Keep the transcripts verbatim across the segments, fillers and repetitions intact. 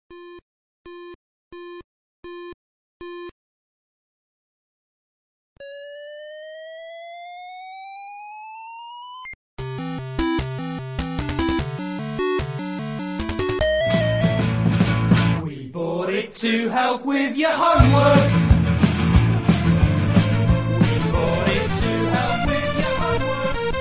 To help with your homework. We bought it to help with your homework.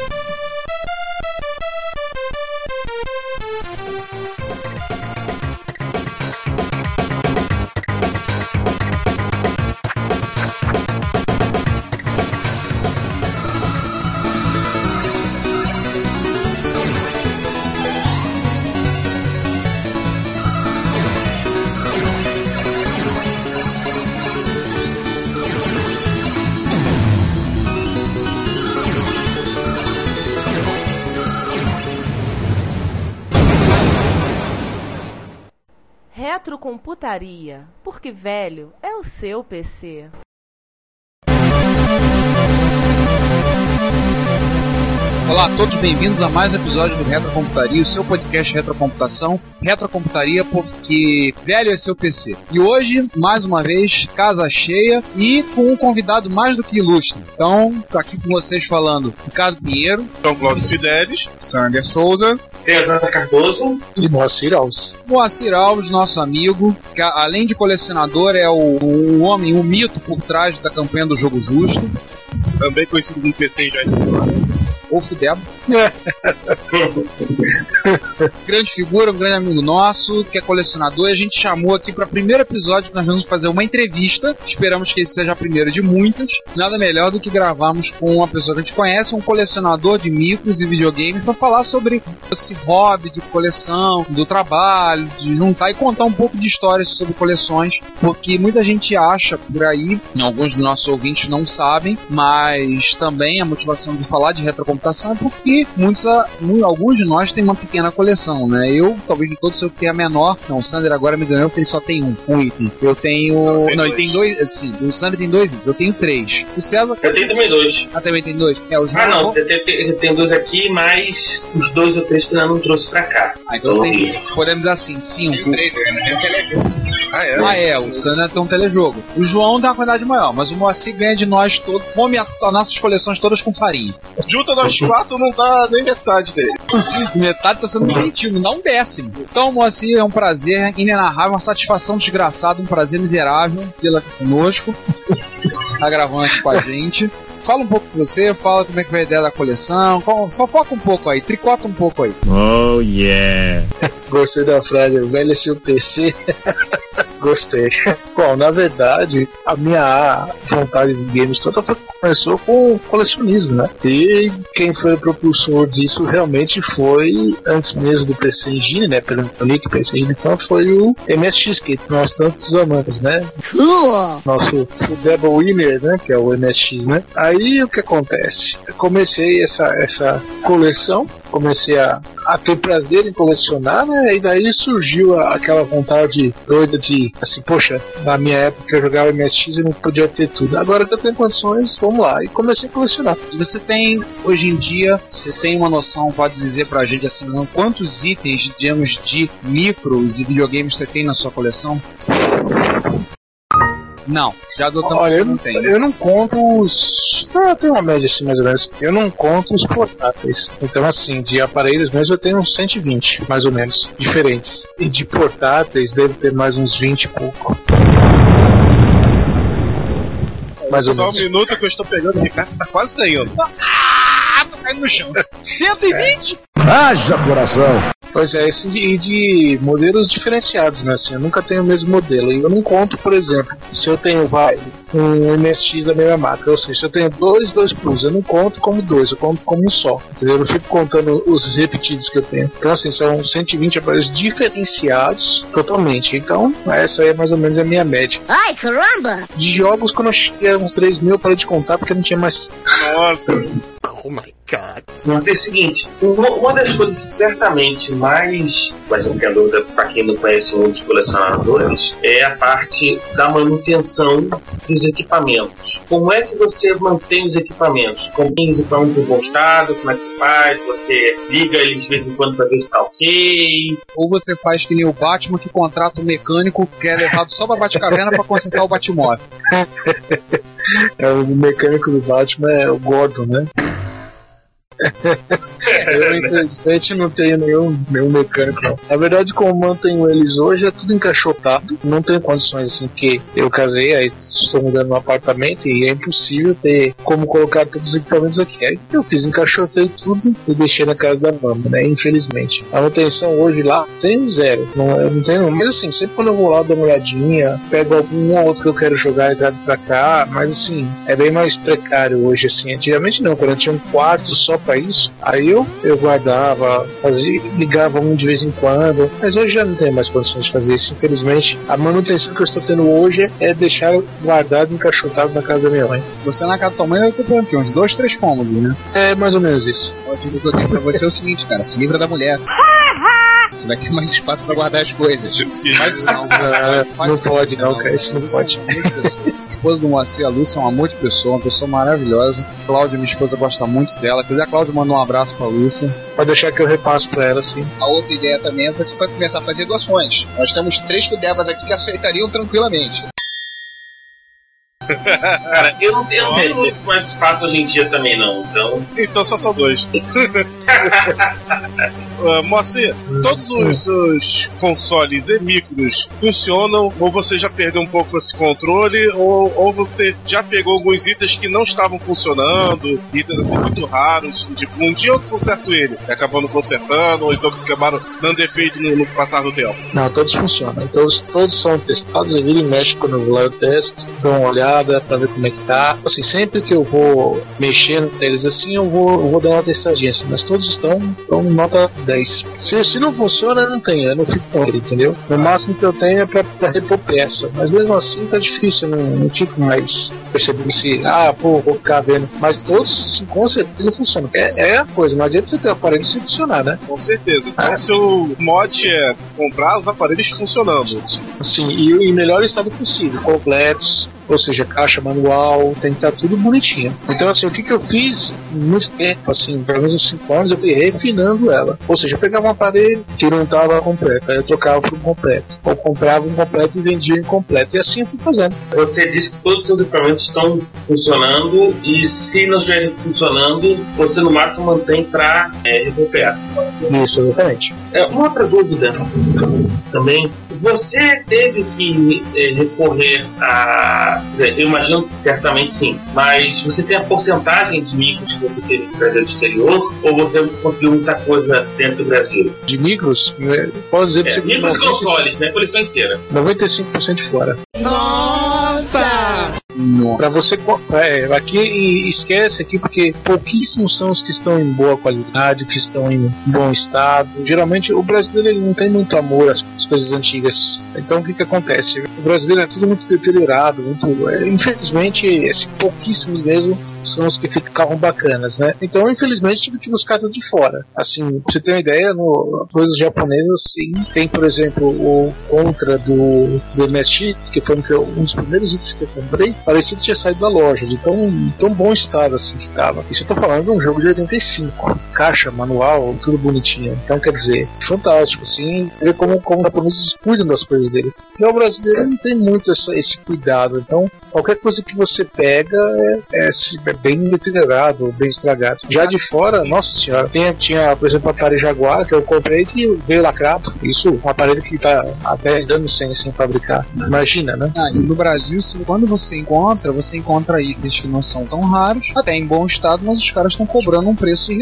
Retrocomputaria, porque velho é o seu P C. Olá a todos, bem-vindos a mais um episódio do Retrocomputaria, o seu podcast Retrocomputação. Retrocomputaria porque velho é seu P C. E hoje, mais uma vez, casa cheia e com um convidado mais do que ilustre. Então, tô aqui com vocês falando Ricardo Pinheiro, João Cláudio Fidelis, Sander Souza, César Cardoso e Moacir Alves. Moacir Alves, nosso amigo, que além de colecionador é o, o homem, o mito por trás da campanha do Jogo Justo. Também conhecido como P C já ou Fidebo. Grande figura, um grande amigo nosso, que é colecionador, e a gente chamou aqui para o primeiro episódio que nós vamos fazer uma entrevista. Esperamos que esse seja a primeira de muitas. Nada melhor do que gravarmos com uma pessoa que a gente conhece, um colecionador de micros e videogames, para falar sobre esse hobby de coleção, do trabalho, de juntar e contar um pouco de histórias sobre coleções, porque muita gente acha por aí, alguns dos nossos ouvintes não sabem, mas também a motivação de falar de retrocomputação é porque muitos, alguns de nós têm uma pequena coleção, né? Eu, talvez de todos, eu tenho a menor. Não, o Sander agora me ganhou porque ele só tem um, um item. Eu tenho... Não, não ele tem dois, assim, o Sander tem dois itens, eu tenho três. O César... Eu tenho também dois. Ah, também tem dois? É, o João... Ah, não, eu tenho, tenho dois aqui, mas os dois ou três que eu não trouxe pra cá. Ah, então você tem, podemos dizer assim, cinco. Tem três, eu tenho um telejogo. Ah, é? Ah, é, o Sander tem um telejogo. O João tem uma quantidade maior, mas o Moacir ganha de nós todos, come as nossas coleções todas com farinha. Junta nós quatro, não dá nem metade dele. Metade tá sendo gentil, não dá um décimo. Então, Moacir, é um prazer inenarrável, uma satisfação desgraçada, um prazer miserável tê-la aqui conosco. Tá gravando aqui com a gente. Fala um pouco de você, fala como é que foi a ideia da coleção. Fofoca um pouco aí, tricota um pouco aí. Oh, yeah! Gostei da frase, velho é seu P C. Gostei. Bom, na verdade, a minha vontade de games toda foi, começou com o colecionismo, né? E quem foi o propulsor disso realmente foi, antes mesmo do P C Engine, né? Pelo link P C Engine, então foi o M S X, que nós tantos amamos, né? Uh! Nosso Double Winner, né? Que é o M S X, né? Aí o que acontece? Eu comecei essa, essa coleção, comecei a, a ter prazer em colecionar, né? E daí surgiu a, aquela vontade doida de, assim, poxa, na minha época eu jogava M S X e não podia ter tudo. Agora que eu tenho condições, vamos lá. E comecei a colecionar. E você tem, hoje em dia, você tem uma noção, pode dizer pra gente assim, quantos itens, digamos, de micros e videogames você tem na sua coleção? Não, já adotamos. Olha, você eu não tem. Eu não conto os... Ah, tem uma média assim, mais ou menos. Eu não conto os portáteis. Então, assim, de aparelhos mesmo eu tenho uns cento e vinte, mais ou menos, diferentes. E de portáteis devo ter mais uns vinte e pouco. Mais ou Só menos. um minuto que eu estou pegando, o Ricardo tá quase ganhando. Ah, tô caindo no chão. cento e vinte? Haja coração! Pois é, esse de, de modelos diferenciados, né? Assim, eu nunca tenho o mesmo modelo. E eu não conto, por exemplo, se eu tenho, vai, um M S X da mesma marca. Ou seja, se eu tenho dois, dois Plus, eu não conto como dois, eu conto como um só. Entendeu? Eu não fico contando os repetidos que eu tenho. Então, assim, são cento e vinte aparelhos diferenciados totalmente. Então, essa aí é mais ou menos a minha média. Ai, caramba! De jogos, quando eu cheguei a uns três mil, eu parei de contar porque não tinha mais. Nossa! Oh my God. Mas é o seguinte, uma, uma das coisas que certamente mais, mas não tem dúvida para quem não conhece o mundo dos colecionadores, é a parte da manutenção dos equipamentos. Como é que você mantém os equipamentos? Como tem os equipamentos em bom estado? Como é que você faz? Você liga eles de vez em quando para ver se está ok? Ou você faz que nem o Batman, que contrata um mecânico que é levado só pra Batcaverna pra consertar o Batmóvel. É, o mecânico do Batman é o Gordon, né? Eu, infelizmente, não tenho nenhum, nenhum mecânico, não. Na verdade, como mantenho eles hoje, é tudo encaixotado. Não tenho condições, assim, porque eu casei, aí estou mudando um apartamento e é impossível ter como colocar todos os equipamentos aqui. Aí eu fiz, encaixotei tudo e deixei na casa da mama, né? Infelizmente. A manutenção hoje lá tem zero. Não, eu não tenho, mas assim, sempre quando eu vou lá dar uma olhadinha, pego algum ou outro que eu quero jogar e trago pra cá, mas assim, é bem mais precário hoje, assim. Antigamente não, quando eu tinha um quarto só pra isso, aí eu, eu guardava, fazia, ligava um de vez em quando, mas hoje já não tenho mais condições de fazer isso, infelizmente. A manutenção que eu estou tendo hoje é deixar guardado, encaixotado na casa da minha mãe. Você na casa da tua mãe deve ter por aqui, uns dois, três cômodos, né? É mais ou menos isso. A dica que eu tenho pra você é o seguinte, cara, se livra da mulher. Você vai ter mais espaço pra guardar as coisas. Mas não, não, não pode não, cara, isso não pode. A esposa do Moacir, a Lúcia, é um amor de pessoa, uma pessoa maravilhosa. Cláudia, minha esposa, gosta muito dela. Quiser, a Cláudia mandou um abraço pra Lúcia. Pode deixar que eu repasso pra ela, sim. A outra ideia também é você vai começar a fazer doações. Nós temos três fudebas aqui que aceitariam tranquilamente. Cara, eu não tenho, eu não tenho mais espaço hoje em dia também, não. Então, Então só são dois. Uh, Moacir, todos os, os consoles e micros funcionam, ou você já perdeu um pouco esse controle, ou, ou você já pegou alguns itens que não estavam funcionando, itens assim muito raros, tipo, um dia eu conserto ele, e acabou não consertando, ou então acabaram dando defeito no, no passar do tempo. Não, todos funcionam, todos, todos são testados, eu viro e mexo quando eu vou lá, eu testo, dou uma olhada pra ver como é que tá. Assim, sempre que eu vou mexendo neles assim, eu vou, eu vou dar uma testadinha assim, mas todos estão, estão nota dez. Se, se não funciona, eu não tenho, eu não fico com ele, entendeu? O máximo que eu tenho é pra, pra repor peça, mas mesmo assim tá difícil, eu não, não fico mais percebendo se, ah, pô, vou ficar vendo. Mas todos, assim, com certeza funcionam. É, é a coisa, não adianta você ter o aparelho sem funcionar, né? Com certeza. Então, o seu mote é comprar os aparelhos funcionando. Sim, e em melhor estado possível, completos. Ou seja, caixa manual, tem que estar tudo bonitinho. Então, assim, o que, que eu fiz muito tempo, assim, pelo menos uns cinco anos, eu fui refinando ela. Ou seja, eu pegava um aparelho que não estava completo, aí eu trocava por um completo. Ou comprava um completo e vendia um incompleto. E assim eu fui fazendo. Você disse que todos os seus equipamentos estão funcionando, e se não estiver funcionando, você no máximo mantém para é, repor peça. Isso, exatamente. É, uma outra dúvida também. Você teve que é, recorrer a... Quer dizer, eu imagino que certamente sim, mas você tem a porcentagem de micros que você teve que trazer do exterior, ou você conseguiu muita coisa dentro do Brasil? De micros, posso dizer pra É, você que micros e noventa consoles, né? Coleção inteira. noventa e cinco por cento de fora. Nossa! Pra você é, aqui, esquece aqui, porque pouquíssimos são os que estão em boa qualidade, que estão em bom estado. Geralmente o brasileiro ele não tem muito amor às, às coisas antigas. Então o que que acontece? O brasileiro é tudo muito deteriorado, muito, é, infelizmente esse, pouquíssimos mesmo são os que ficavam bacanas, né? Então infelizmente tive que buscar tudo de fora. Assim, pra você ter uma ideia, no, coisas japonesas sim, tem por exemplo o Contra do, do M S X, que foi um, que eu, um dos primeiros itens que eu comprei, parecia que tinha saído da loja, de tão, tão bom estado assim que tava. Isso eu tô falando de um jogo de oitenta e cinco, caixa, manual, tudo bonitinho. Então quer dizer, fantástico, assim, ver como, como os japoneses cuidam das coisas dele. E o brasileiro não tem muito essa, esse cuidado, então qualquer coisa que você pega é, é, é bem deteriorado, bem estragado. Já de fora, nossa senhora, tinha, tinha por exemplo, o Atari Jaguar, que eu comprei, que veio lacrado. Isso, um aparelho que tá há dez anos sem, sem fabricar. Imagina, né? Ah, e no Brasil, se, quando você encontra, você encontra itens que não são tão raros, até em bom estado, mas os caras estão cobrando um preço irreal, né?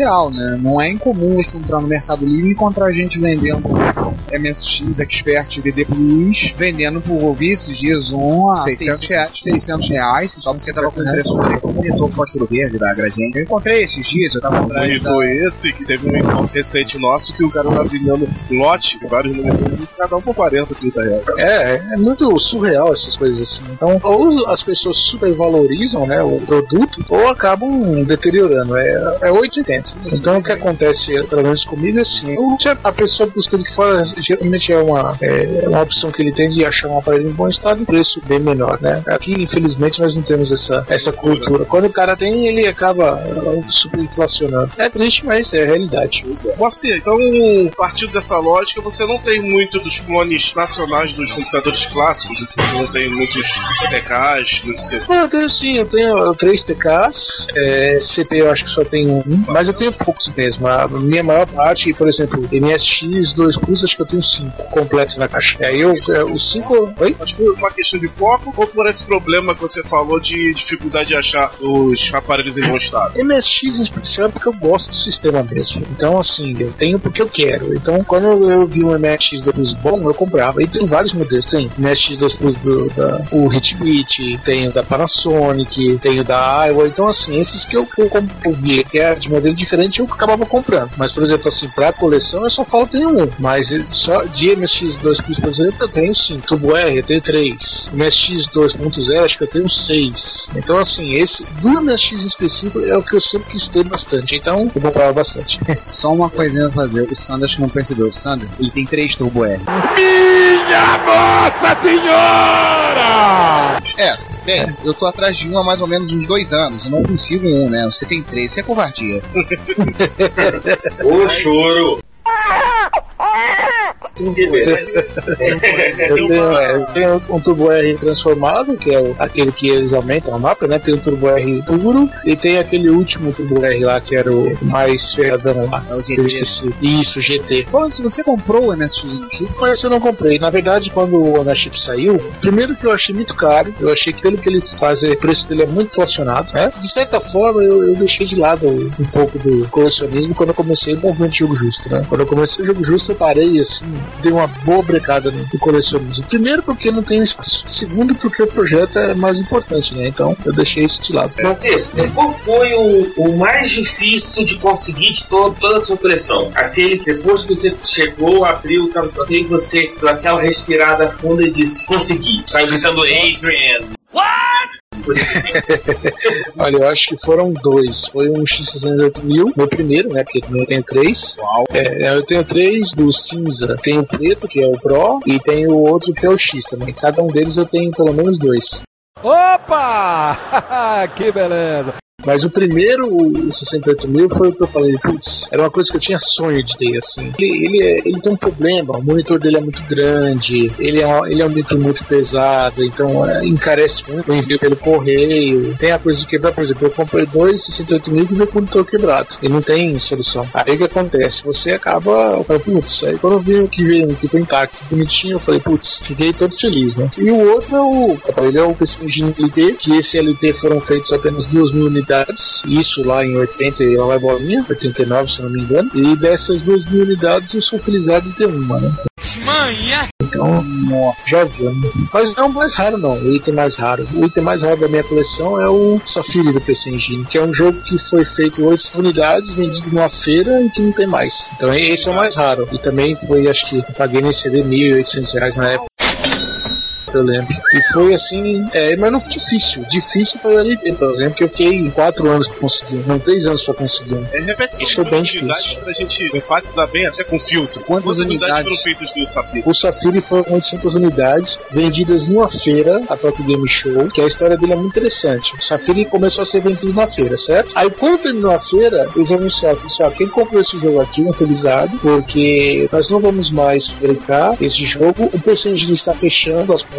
né? Não é incomum você entrar no Mercado Livre e encontrar gente vendendo M S X Expert D D Plus, vendendo por ouvir esses dias um a seiscentos reais. seiscentos reais. Só porque tava com impressora com o monitor fósforo verde da Gradiente. Eu encontrei esses dias, eu tava atrás. Monitor da... esse, que teve um encontro recente nosso, que o cara tava vendendo lote, vários monitores, cada um por quarenta, trinta reais. É, é muito surreal essas coisas assim. Então, ou as pessoas supervalorizam, né, o produto, ou acabam deteriorando. É, é oito e oitenta. Então, o que acontece, pelo menos comigo, é assim: a pessoa busca de fora, geralmente é uma, é uma opção que ele tem de achar um aparelho em bom estado e preço bem menor, né? Aqui, infelizmente, nós não temos essa, essa cultura. Quando o cara tem, ele acaba uh, super inflacionando. É triste, mas é a realidade. Você, então, partindo dessa lógica, você não tem muito dos clones nacionais dos computadores clássicos, você não tem muitos T Ks, muitos C P. Eu tenho sim, eu tenho três T Ks, é, C P eu acho que só tenho um, mas eu tenho poucos mesmo. A minha maior parte, por exemplo, M S X dois Plus, acho que eu tenho cinco completos na caixa. Aí eu, é, os cinco. Oi? Acho que foi uma questão de foco ou por esse problema que você falou de dificuldade de achar os aparelhos em bom estado? M S X em especial é porque eu gosto do sistema mesmo. Então, assim, eu tenho porque eu quero. Então, quando eu vi um M S X dois Plus bom, eu comprava. E tem vários modelos. Tem M S X dois Plus do, da, o Hitbit, tem o da Panasonic, tem o da Aiwa. Então, assim, esses que eu, eu, eu via que era de modelo diferente, eu acabava comprando. Mas, por exemplo, assim, pra coleção, eu só falo que tenho um. Mas só de M S X dois Plus, por exemplo, eu tenho sim. Turbo R, eu tenho três. M S X dois ponto zero, acho que eu tenho seis. Então, assim, esse do M S X específico é o que eu sempre quis ter bastante. Então, eu comprava bastante. Só uma coisinha a fazer. O Sander acho que não percebeu. O Sander, ele tem três Turbo R. Minha Nossa Senhora! É, bem, eu tô atrás de um há mais ou menos uns dois anos. Eu não consigo um, né? Você tem três, isso é covardia. Ô choro! eu tenho, é, eu tenho um Turbo R transformado, que é o, aquele que eles aumentam o mapa, né? Tem o Turbo R puro e tem aquele último Turbo R lá, que era o mais ferradão lá. É o G T. Isso, G T. Falando, se você comprou o M S X no chip? Mas eu não comprei. Na verdade, quando o Onachip saiu, primeiro que eu achei muito caro, eu achei que pelo que eles fazem, o preço dele é muito inflacionado, né? De certa forma, eu, eu deixei de lado um pouco do colecionismo quando eu comecei o movimento de jogo justo, né? Quando eu comecei o jogo justo, eu parei, assim, dei uma boa brecada no, no colecionismo. Primeiro, porque não tem espaço. Segundo, porque o projeto é mais importante, né? Então, eu deixei isso de lado. Mas, qual foi o, o mais difícil de conseguir de todo, toda a sua coleção? Aquele que depois que você chegou, abriu, aquele que você deu aquela respirada funda e disse, consegui. Sai gritando, Adrian! What? Olha, eu acho que foram dois. Foi um X sessenta e oito mil, meu primeiro, né? Porque eu tenho três. Uau. É, eu tenho três do cinza. Tem o preto, que é o Pro, e tem o outro que é o X também. Cada um deles eu tenho pelo menos dois. Opa! Que beleza! Mas o primeiro, o sessenta e oito mil, foi o que eu falei, putz, era uma coisa que eu tinha sonho de ter, assim. Ele, ele, é, ele tem um problema, o monitor dele é muito grande, ele é, ele é um monitor muito pesado, então é, encarece muito o envio pelo correio. Tem a coisa de quebrar, por exemplo, eu comprei dois sessenta e oito mil que veio com o monitor quebrado, e não tem solução. Aí o que acontece? Você acaba, eu falei, putz, aí quando eu vi que veio um equipo intacto, bonitinho, eu falei, putz, fiquei todo feliz, né? E o outro é o, ele é o P C Engine L T, que esse L T foram feitos apenas duas mil unidades, isso lá em oitenta e lá vai bolinha, oitenta e nove se não me engano, e dessas duas mil unidades eu sou felizardo de ter uma, né? Manha! Então, nossa, já viu. Mas não é o mais raro, não. O item mais raro. O item mais raro da minha coleção é o Safiri do P C Engine, que é um jogo que foi feito em oito unidades, vendido numa feira e que não tem mais. Então, esse é o mais raro. E também foi, acho que eu paguei nesse C D mil e oitocentos reais na época. Eu lembro. E foi assim, é, mas não foi difícil. Difícil foi ali, por exemplo, que eu fiquei quatro anos pra conseguir, não, três anos pra conseguir. É repetição Isso foi de bem unidades difícil. Pra gente enfatizar bem, até com filtro. Quantas, Quantas unidades foram feitas do Safiri? O Safiri foram oitocentas unidades, vendidas numa feira, a Tokyo Game Show, que a história dele é muito interessante. O Safiri começou a ser vendido na feira, certo? Aí quando terminou a feira, eles anunciaram que assim, quem comprou esse jogo aqui, um felizardo, porque nós não vamos mais fabricar esse jogo, o P C Engine está fechando as portas,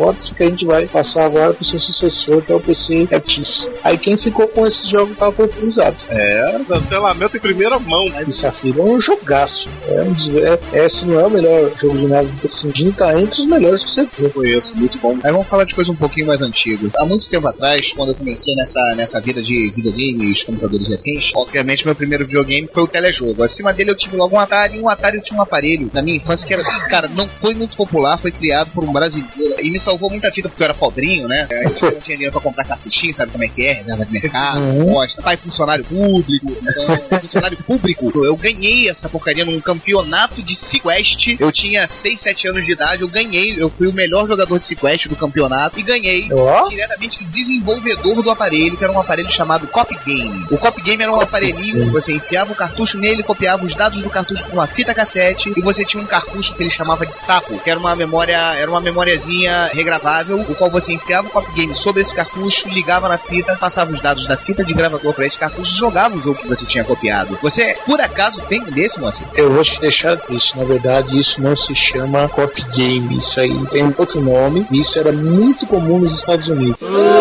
foda-se, que a gente vai passar agora pro seu sucessor, que é o P C X. Aí quem ficou com esse jogo tava utilizado. É, cancelamento em primeira mão. E Safira é um jogaço. É um dos, é, é, se não é o melhor jogo de nave do P C Engine, tá entre os melhores que você quiser. Conheço, muito bom. Aí vamos falar de coisa um pouquinho mais antiga. Há muito tempo atrás, quando eu comecei nessa, nessa vida de videogames, computadores e afins, obviamente meu primeiro videogame foi o telejogo. Acima dele eu tive logo um Atari, e um Atari eu tinha um aparelho na minha infância que era, cara, não foi muito popular, foi criado por um brasileiro e me salvou muita fita porque eu era pobrinho, né? Eu não tinha dinheiro pra comprar cartuchinho, sabe como é que é? Reserva de mercado, posta, pai funcionário público, então, funcionário público. Eu ganhei essa porcaria num campeonato de Sequest. Eu tinha seis, sete anos de idade, eu ganhei, eu fui o melhor jogador de Sequest do campeonato e ganhei oh. diretamente do desenvolvedor do aparelho, que era um aparelho chamado Cop Game. O Cop Game era um aparelhinho que você enfiava o cartucho nele, copiava os dados do cartucho por uma fita cassete e você tinha um cartucho que ele chamava de sapo, que era uma memória, era uma memóriazinha regravável, o qual você enfiava o Cop Game sobre esse cartucho, ligava na fita, passava os dados da fita de gravador para esse cartucho e jogava o jogo que você tinha copiado. Você, por acaso, tem um desse, moça? Eu vou te deixar triste. Na verdade, isso não se chama Cop Game. Isso aí tem um outro nome. E isso era muito comum nos Estados Unidos.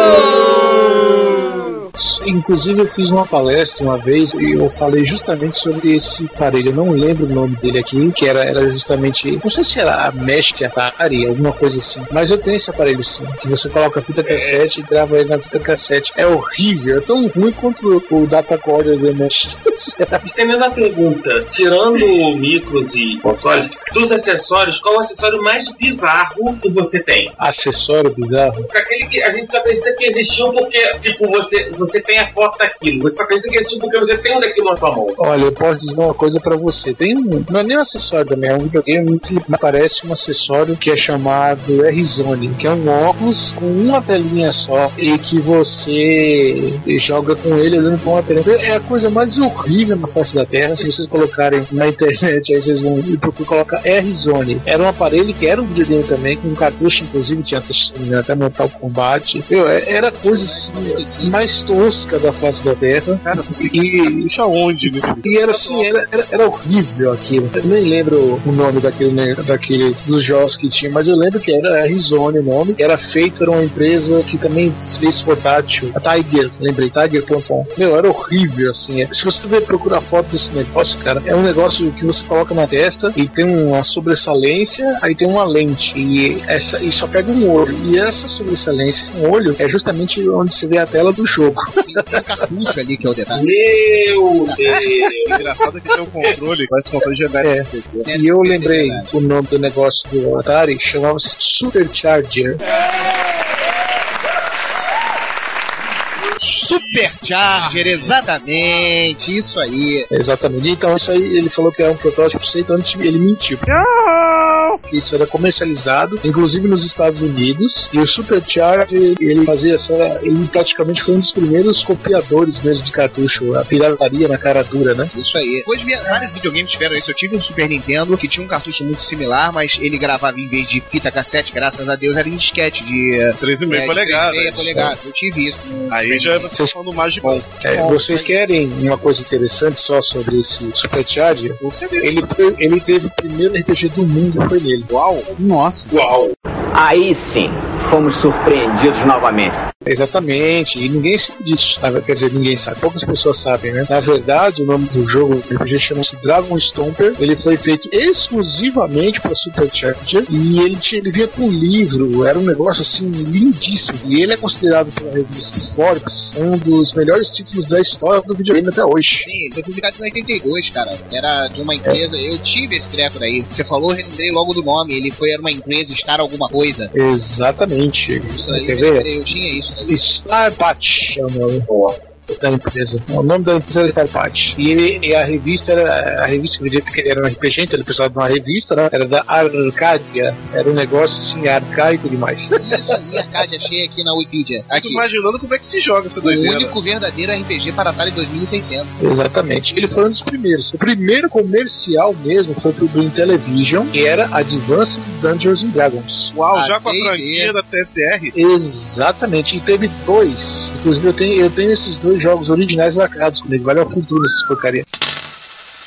Inclusive eu fiz uma palestra uma vez e eu falei justamente sobre esse aparelho, eu não lembro o nome dele aqui, que era, era justamente, não sei se era a Magic Atari, alguma coisa assim, mas eu tenho esse aparelho sim, que você coloca a fita cassete e grava ele na fita cassete. É horrível, é tão ruim quanto o Datacorder do Mesh. Estendendo a pergunta, tirando micros e consoles, dos acessórios, qual o acessório mais bizarro que você tem? Acessório bizarro? Aquele que a gente só acredita que existiu porque, tipo, você, você tem a foto daquilo. Você só acredita que existiu porque você tem um daquilo na sua mão. Olha, eu posso dizer uma coisa pra você. Tem um, não é nem um acessório também, é um videogame que parece um acessório que é chamado R-Zone, que é um óculos com uma telinha só e que você joga com ele olhando pra uma telinha. É a coisa mais horrível na face da Terra. Se vocês colocarem na internet, aí vocês vão procurar colocar R-Zone. Era um aparelho que era um videogame também, com um cartucho, inclusive, tinha até Mortal Kombat. Meu, era coisa assim, mais tosca da face da Terra. Cara, consegui isso aonde? E era assim, era, era, era horrível aquilo. Eu nem lembro o nome daquele, né, daquele dos jogos que tinha, mas eu lembro que era R-Zone o nome. Era feito, era uma empresa que também fez portátil. A Tiger, lembrei, Tiger ponto com. Meu, era horrível, assim. Se você ver, procurar foto desse negócio, cara, é um negócio que você coloca na testa e tem uma sobressalência, aí tem uma lente. E, essa, e só pega um olho. E essa sobressalência, um olho, é justamente onde você vê a tela do jogo. Tem um cartucho ali que é o detalhe. Meu Deus! O engraçado é que tem um controle, mas esse controle genérico. É. É. E eu lembrei o nome do negócio do Atari, chamava-se Supercharger. Supercharger, exatamente, isso aí. Exatamente. Então isso aí, ele falou que é um protótipo, então ele mentiu. Isso era comercializado, inclusive nos Estados Unidos, e o Supercharger, ele fazia essa, ele praticamente foi um dos primeiros copiadores mesmo de cartucho, a pirataria na cara dura, né? Isso aí. Depois vários videogames tiveram isso. Eu tive um Super Nintendo que tinha um cartucho muito similar, mas ele gravava em vez de fita cassete, graças a Deus, era em disquete de três vírgula cinco polegadas. polegadas. Eu tive isso. Aí já vocês falando mais de bom. É, vocês querem uma coisa interessante só sobre esse Supercharger? Ele, ele teve o primeiro R P G do mundo, foi nele. Uau! Nossa! Uau! Aí sim, fomos surpreendidos novamente. Exatamente, e ninguém sabe disso. Quer dizer, ninguém sabe, poucas pessoas sabem, né? Na verdade, o nome do jogo, o R P G, chama-se Dragon Stomper. Ele foi feito exclusivamente para Supercharger e ele, tinha, ele vinha com um livro, era um negócio assim lindíssimo. E ele é considerado pela revista Forbes um dos melhores títulos da história do videogame até hoje. Sim, ele foi publicado em oitenta e dois, cara. Era de uma empresa, é. Eu tive esse treco daí. Você falou, eu lembrei logo do nome. Ele foi, era uma empresa, Star alguma coisa. Exatamente. Isso aí, quer eu, ver? eu tinha isso. Starpat é o nome. Nossa. Da empresa. O nome da empresa era Starpat. E, ele, e a revista era. A revista, acredito que ele era um R P G, então ele precisava de uma revista, né? Era da Arcadia. Era um negócio assim, arcaico demais. Isso aí, Arcadia, achei aqui na Wikipedia. Aqui. Tô imaginando como é que se joga essa o doideira. O único verdadeiro R P G para Atari dois mil e seiscentos. Exatamente. Ele foi um dos primeiros. O primeiro comercial mesmo foi pro Dream Television, que era Advanced Dungeons and Dragons. Uau, já com a franquia da T S R? Exatamente. E teve dois. Inclusive eu tenho, eu tenho esses dois jogos originais lacrados comigo. Vale a fortuna essas porcaria.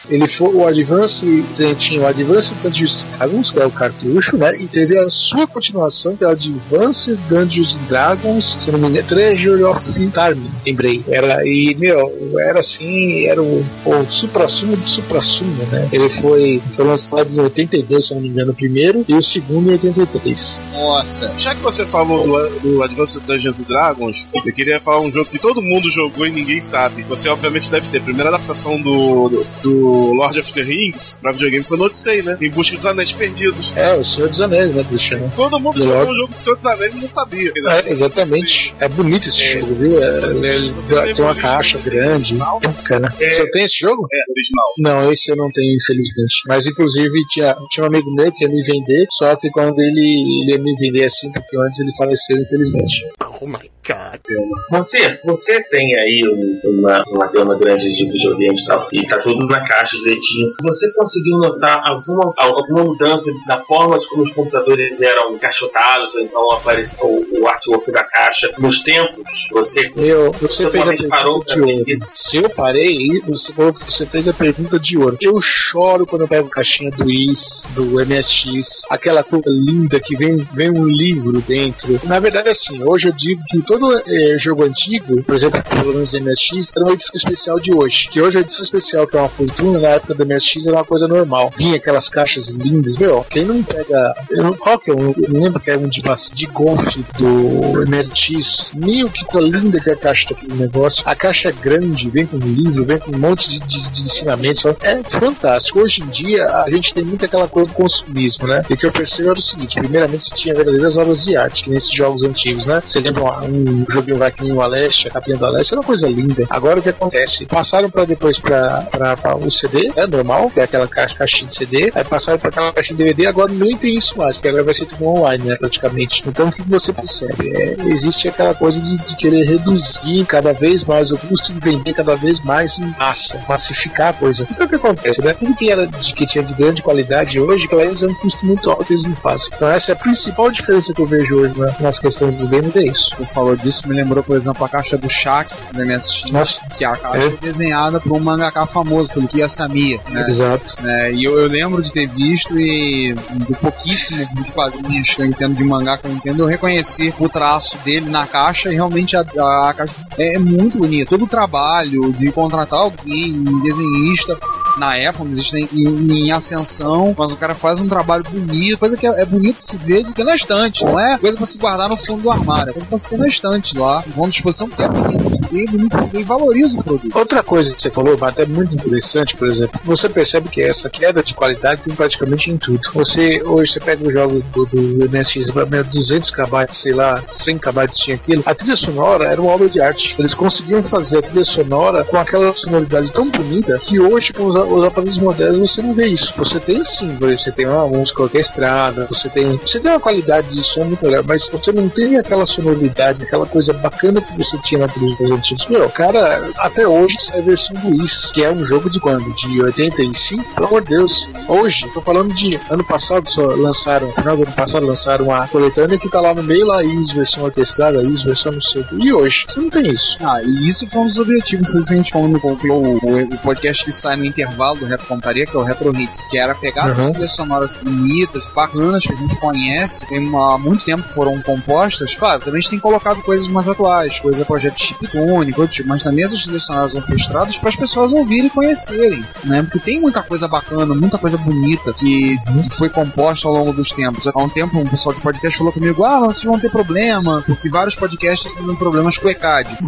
Ele foi o Advance, tinha o Advance Dungeons and Dragons, que é o cartucho, né? E teve a sua continuação, que é o Advance Dungeons and Dragons, se não me engano, Treasure of Tarmin, lembrei. Era, e, meu, era assim, era o, o supra-sumo do supra-sumo, né? Ele foi, foi lançado em oitenta e dois, se não me engano, o primeiro, e o segundo em oitenta e três. Nossa. Já que você falou do, do Advanced Dungeons and Dragons, eu queria falar um jogo que todo mundo jogou e ninguém sabe. Você obviamente deve ter. A primeira adaptação do, do, do Lord of the Rings pra videogame foi no Odyssey, né? Em Busca dos Anéis Perdidos. É, o Senhor dos Anéis, né, Cristiano? Todo mundo Do jogou Lord. o jogo do Senhor dos Anéis e não sabia. É, exatamente. É bonito esse É. jogo, viu? É, Você- ele você tem lembra uma o caixa original? grande. É bacana. É. Você tem esse jogo? É, original. Não, esse eu não tenho, infelizmente. Mas, inclusive, tinha, tinha um amigo meu que ia me vender, só que quando ele, ele ia me vender assim, porque antes ele faleceu, infelizmente. Oh my god. Você, você tem aí um- uma, uma gama grande de videogames e tal, e tá tudo na caixa direitinho. Você conseguiu notar alguma, alguma mudança na forma como os computadores eram encaixotados, ou então apareceu o, o artwork da caixa nos tempos? Você, Meu, você fez a totalmente parou pergunta pra de ver ouro. isso? Se eu parei, você, você fez a pergunta de ouro. Eu choro quando eu pego caixinha do I S, do M S X, aquela coisa linda que vem, vem um livro dentro. Na verdade, assim, hoje eu digo que todo eh, jogo antigo, por exemplo, pelo menos M S X, era uma edição especial de hoje. Que hoje a edição especial, que é uma fortuna, na época do M S X era uma coisa normal. Vinha aquelas caixas lindas. Meu, quem não pega. Eu não, qual que é um? Eu não lembro que era um de, de golfe do M S X. Meu, que tá linda que é a caixa daquele negócio. A caixa é grande, vem com um livro, vem com um monte de, de, de ensinamentos. É fantástico. Hoje em dia a gente tem muito aquela coisa do consumismo, né? E o que eu percebo era o seguinte: primeiramente você tinha verdadeiras obras de arte, que nesses jogos antigos, né? Você lembra um, um joguinho vai que nem o Aleste, a capinha do Aleste, era uma coisa linda. Agora o que acontece? Passaram para depois para o C D, é normal, que é aquela caixa, caixinha de C D, aí passaram para aquela caixinha de D V D, agora nem tem isso mais, porque agora vai ser tudo online, né? Praticamente. Então o que você percebe? É, existe aquela coisa de, de querer reduzir cada vez mais o custo de vender cada vez mais em massa, massificar a coisa. Então o que acontece, né? Tudo que era de que tinha de grande qualidade hoje, que eles é um custo muito alto, eles não fazem. Então essa é a principal diferença que eu vejo hoje, né, nas questões do game, é isso. Você falou disso, me lembrou, por exemplo, a caixa do Shaq do M S X, Nossa. que é a caixa É. desenhada por um mangaka famoso, pelo Kiyosami, né? Exato. É, e eu, eu lembro de ter visto e do pouquíssimo de quadrinhos que eu entendo de mangá que eu entendo, eu reconheci o traço dele na caixa e realmente a, a, a caixa é muito bonita. Todo o trabalho de contratar alguém, um desenhista na época, não existe em, em ascensão, mas o cara faz um trabalho bonito, coisa que é, é bonito de se ver de ter na estante, não é coisa pra se guardar no fundo do armário, é coisa pra se ter na estante lá, uma disposição que é bonito de ver, bonito de se ver e valoriza o produto. Outra coisa que você falou, até muito interessante, por exemplo, você percebe que essa queda de qualidade tem praticamente em tudo. Você, hoje, você pega o jogo do, do M S X, duzentos kilobytes, sei lá, cem kilobytes tinha aquilo, a trilha sonora era uma obra de arte. Eles conseguiam fazer a trilha sonora com aquela sonoridade tão bonita que hoje, com os, os aparelhos modernos, você não vê isso. Você tem sim, por exemplo, você tem uma música orquestrada, você tem, você tem uma qualidade de som muito melhor, mas você não tem aquela sonoridade, aquela coisa bacana que você tinha na trilha antigos. Meu, cara, até hoje sai a versão do I S, que é um jogo de quando? De oitenta e cinco? Pelo amor de Deus. Hoje, tô falando de ano passado, só lançaram, no final do ano passado, lançaram uma coletânea que tá lá no meio, lá, I S, versão orquestrada, I S, versão não sei o quê. E hoje? Você não tem isso. Ah, e isso foi um dos objetivos, foi isso que a gente falou no o, o, o podcast que sai no intervalo do Retro Computaria, que é o Retro Hits, que era pegar Uhum. essas trilhas sonoras bonitas, bacanas, que a gente conhece, tem uma, há muito tempo foram compostas. Claro, também a gente tem colocado coisas mais atuais, coisa projeto chiptune, coisa do tipo, mas também essas trilhas sonoras orquestradas para as pessoas ouvirem e conhecerem, né? Porque tem muita coisa bacana, muita coisa bonita que foi composta ao longo dos tempos. Há um tempo, um pessoal de podcast falou comigo: ah, vocês vão ter problema, porque vários podcasts têm problemas com o E C A D.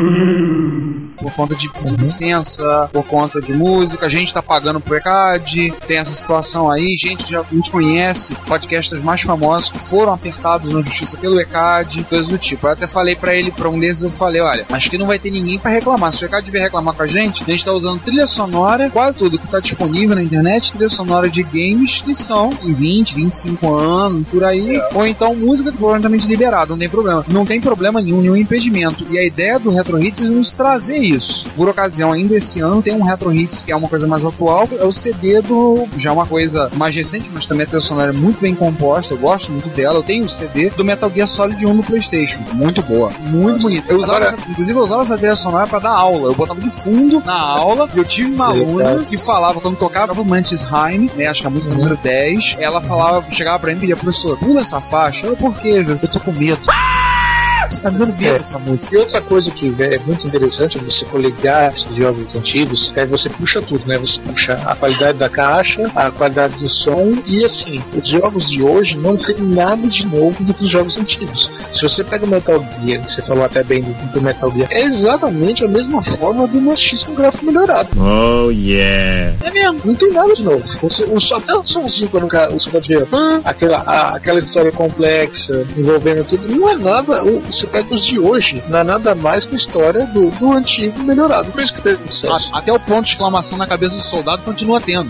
Por conta de, de licença, por conta de música, a gente tá pagando pro E C A D, tem essa situação aí, gente já a gente conhece podcasts mais famosos que foram apertados na justiça pelo E C A D, coisas do tipo. Eu até falei pra ele, pra um desses, eu falei: olha, acho que não vai ter ninguém pra reclamar. Se o E C A D vier reclamar com a gente, a gente tá usando trilha sonora, quase tudo que tá disponível na internet, trilha sonora de games que são em vinte, vinte e cinco anos, por aí, ou então música completamente liberada, não tem problema. Não tem problema nenhum, nenhum impedimento. E a ideia do Retro Hits é nos trazer isso. Por ocasião, ainda esse ano, tem um Retro Hits, que é uma coisa mais atual, é o C D do... já uma coisa mais recente, mas também a trilha sonora é muito bem composta, eu gosto muito dela. Eu tenho o C D do Metal Gear Solid um no PlayStation. Muito boa. Muito bonita. Eu usava Agora... essa, inclusive, eu usava essa trilha sonora pra dar aula. Eu botava de fundo na aula, e eu tive uma aluna que falava, quando tocava o Mantis Heim, né, acho que a música número dez, ela falava, chegava pra mim e pedia, professor, pula essa faixa. Eu, por quê, velho? Eu tô com medo. Tá me dando medo essa música. E outra coisa que é muito interessante, você coligar esses jogos antigos, é que você puxa tudo, né? Você puxa a qualidade da caixa, a qualidade do som, e assim, os jogos de hoje não tem nada de novo do que os jogos antigos. Se você pega o Metal Gear, que você falou até bem do, do Metal Gear, é exatamente a mesma forma do M S X com gráfico melhorado. Oh, yeah. É mesmo, não tem nada de novo. Você, o, só até o somzinho quando o você pode ver, hum, aquela, a, aquela história complexa, envolvendo tudo, não é nada. O, você pega os de hoje, não é nada mais que a história do, do antigo melhorado. Por isso que teve sucesso. Até o ponto de exclamação na cabeça do soldado continua tendo.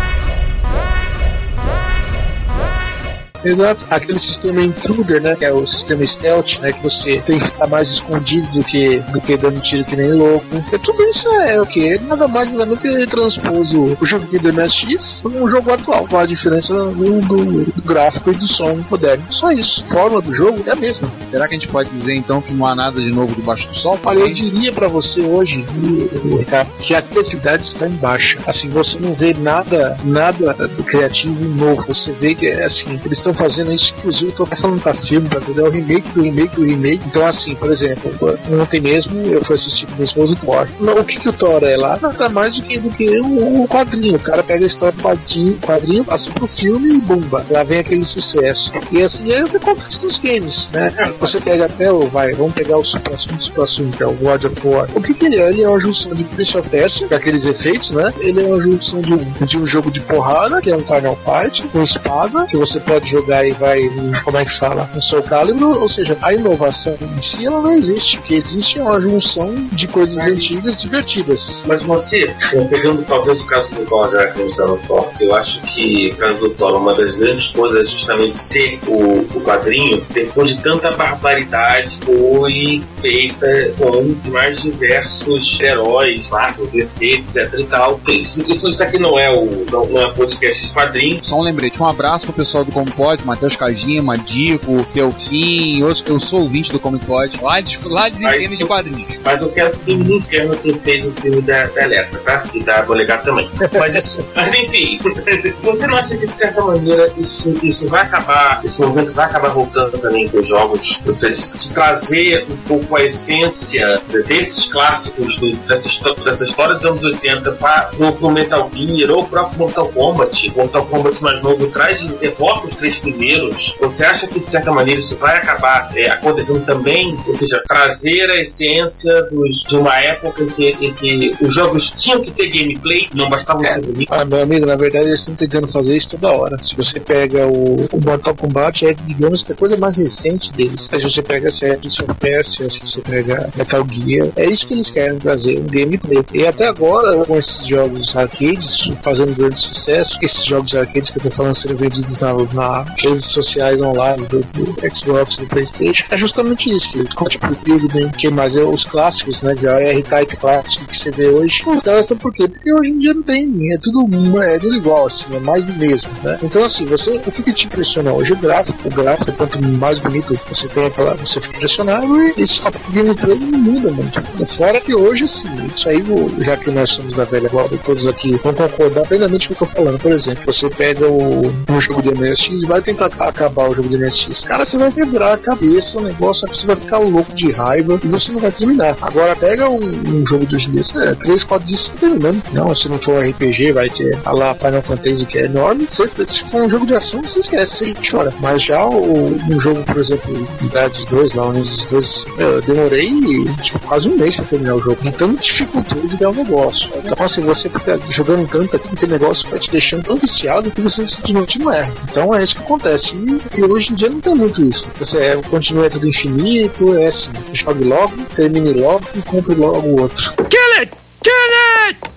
Exato, aquele sistema intruder, né, que é o sistema stealth, né, que você tem que ficar mais escondido do que, do que dando tiro que nem louco. E tudo isso é o que? Nada mais nada menos que transpôs o, o jogo do M S X para um jogo atual, com a diferença do, do, do gráfico e do som moderno. Só isso, a forma do jogo é a mesma. Será que a gente pode dizer então que não há nada de novo debaixo do sol? Olha, eu diria pra você hoje, Ricardo, que a criatividade está em baixa. Assim, você não vê nada, nada do criativo novo. Você vê que, assim, eles estão fazendo isso, inclusive eu tô falando pra filme, pra entender o remake do remake do remake. Então, assim, por exemplo, ontem mesmo eu fui assistir com o meu esposo Thor. O que que o Thor é lá? Nada mais do que, do que um, um quadrinho. O cara pega a história do quadrinho, quadrinho, passa pro filme e bumba. Lá vem aquele sucesso. E assim é o que acontece nos games, né? Você pega até o, vai, vamos pegar o supra-sumo, supra-sumo, que é o God of War. O que que ele é? Ele é uma junção de Prince of Persia, com aqueles efeitos, né? Ele é uma junção de um, de um jogo de porrada, que é um Final Fight, com espada, que você pode jogar e vai, como é que fala, no seu calibre, ou seja, a inovação em si ela não existe. O que existe é uma junção de coisas mas, antigas divertidas. Mas você, pegando talvez o caso do Thor, já que a gente está no Thor, eu acho que o caso do Thor, uma das grandes coisas é justamente ser o, o quadrinho, depois de tanta barbaridade, foi feita com os mais diversos heróis, Marvel, D C, etc e tal. Isso, isso, isso aqui não é o não, não é podcast de quadrinhos. Só um lembrete, um abraço pro pessoal do Como Pode, Matheus Kajima, Dico, Delfim, eu, eu sou ouvinte do Como Pode, lá, de, lá desempenho de quadrinhos. Mas eu quero que no inferno quem fez o filme da, da Electra, tá? E da Bolegar também. Mas, isso, mas enfim, você não acha que de certa maneira isso, isso vai acabar, esse movimento vai acabar voltando também com os jogos? Ou seja, de trazer um pouco a essência desses clássicos, do, dessa, dessa história dos anos oitenta para o Metal Gear ou o próprio Mortal Kombat. O Mortal Kombat mais novo traz, evoca os três primeiros. Você acha que de certa maneira isso vai acabar é, acontecendo também? Ou seja, trazer a essência dos, de uma época em que, em que os jogos tinham que ter gameplay, não bastavam é. ser bonitos? Ah, meu amigo, na verdade eles estão tentando fazer isso toda hora. Se você pega o, o Mortal Kombat, é, digamos que a coisa mais recente deles. Se você pega a série Prince of Persia, se você pega Metal Gear, é isso que eles querem trazer, um gameplay. E até agora, com esses jogos arcades fazendo grande sucesso, esses jogos arcades que eu tô falando sendo vendidos na, na redes sociais online do, do Xbox e do PlayStation, é justamente isso. Tipo, que mais é os clássicos, né? A R-Type clássico que você vê hoje. Então, por quê? Porque hoje em dia não tem, é tudo, é tudo igual, assim, é mais do mesmo, né? Então, assim, você, o que, que te impressiona hoje? O gráfico, o gráfico, quanto mais bonito você tem aquela, você fica impressionado e só o gameplay não muda muito. Fora que hoje, assim, isso aí, já que nós somos da velha guarda, todos aqui vão concordar plenamente com o que eu tô falando. Por exemplo, você pega o, um jogo de M S X e vai tentar acabar o jogo de M S X. Cara, você vai quebrar a cabeça, o negócio, você vai ficar louco de raiva e você não vai terminar. Agora, pega um, um jogo de hoje em dia, é, três, quatro dias você tá terminando. Não, se não for R P G, vai ter a lá Final Fantasy, que é enorme. Você, se for um jogo de ação, você esquece, você chora. Mas já o, um jogo, por exemplo, Grades dois, lá, onde os dois, eu demorei tipo, quase um mês pra terminar o jogo. Então, dificultoso é o negócio. Então, assim, você fica jogando tanto aqui, que o negócio vai te deixando tão viciado que você simplesmente não erra. Então, é isso que acontece. E, e hoje em dia não tem muito isso. Você é, continua tudo infinito, é assim, jogue logo, termine logo e compre logo o outro. Kill it! Kill it!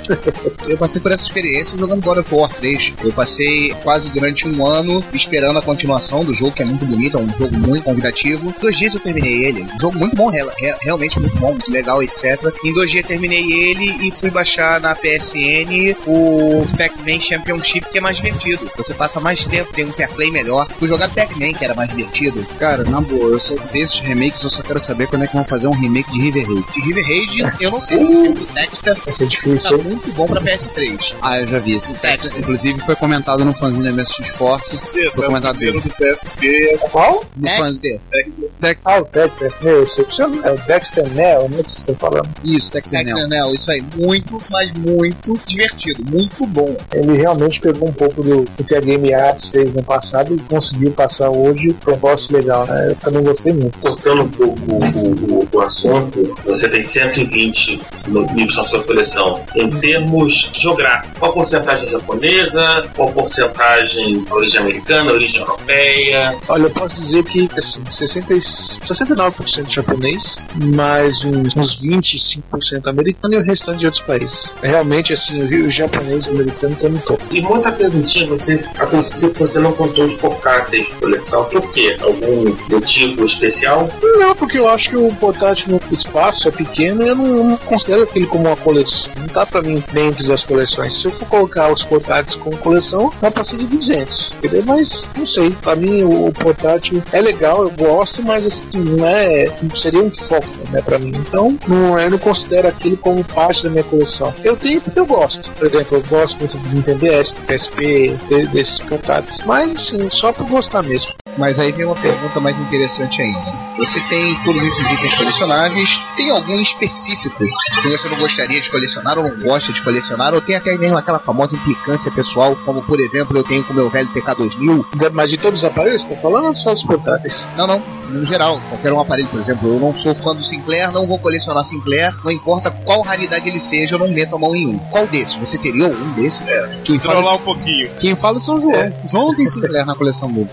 Eu passei por essa experiência jogando God of War três. Eu passei quase durante um ano esperando a continuação do jogo, que é muito bonito, é um jogo muito convidativo. Dois dias eu terminei ele. Um jogo muito bom, real, real, realmente muito bom, muito legal, etcétera. Em dois dias eu terminei ele e fui baixar na P S N o Pac-Man Championship, que é mais divertido. Você passa mais tempo, tem um fair play melhor. Fui jogar Pac-Man, que era mais divertido. Cara, na boa, eu sou desses remakes, eu só quero saber quando é que vão fazer um remake de River Raid. De River Raid, eu não sei, uh, o Dexter vai ser difícil. Tá muito bom pra P S três. Ah, eu já vi isso. O Dexter, inclusive, foi comentado no fanzine da M S X Force. Sim, foi comentado dele. Do P S P. Qual? Dexter. Dexter. Dexter. Ah, o Dexter. Meu, excepcional. É o Dexter Neo, como é que vocês estão falando? Isso, Dexter Neo. Dexter Neo, isso aí. Muito, mas muito divertido. Muito bom. Ele realmente pegou um pouco do que a Game Arts fez no passado e conseguiu passar hoje para um negócio legal, né? Eu também gostei muito. Cortando um pouco o, o, o assunto, você tem cento e vinte no livros da sua coleção. Em termos geográficos, qual porcentagem japonesa, qual porcentagem origem americana, origem europeia? Olha, eu posso dizer que assim, sessenta, sessenta e nove por cento japonês, mais uns, uns vinte e cinco por cento americano e o restante de outros países. Realmente, assim, o japonês e o americano estão no topo. E muita perguntinha, você, a princípio, você não contou os portáteis de coleção. Por quê? Algum motivo especial? Não, porque eu acho que o portátil no espaço é pequeno e eu não, eu não considero aquele como uma coleção. Não tá pra mim dentro das coleções. Se eu for colocar os portáteis como coleção, vai passar de duzentos, entendeu? Mas, não sei, pra mim o, o portátil é legal, eu gosto, mas assim, não é, não seria um foco, né, pra mim. Então, não, eu não considero aquilo como parte da minha coleção. Eu tenho porque eu gosto. Por exemplo, eu gosto muito do Nintendo D S, do P S P, de, desses portáteis. Mas, assim, só por gostar mesmo. Mas aí vem uma pergunta mais interessante ainda. Você tem todos esses itens colecionáveis, tem algum específico que você não gostaria de colecionar ou não gosta de colecionar, ou tem até mesmo aquela famosa implicância pessoal, como por exemplo eu tenho com o meu velho T K dois mil? Mas de todos os aparelhos, você tá falando ou só dos portáteis? Não, não, no geral, qualquer um aparelho, por exemplo, eu não sou fã do Sinclair, não vou colecionar Sinclair, não importa qual raridade ele seja, eu não meto a mão em um. Qual desses? Você teria um desses? É, quem fala lá um pouquinho. Quem fala é São João. É. João não tem Sinclair na coleção dele.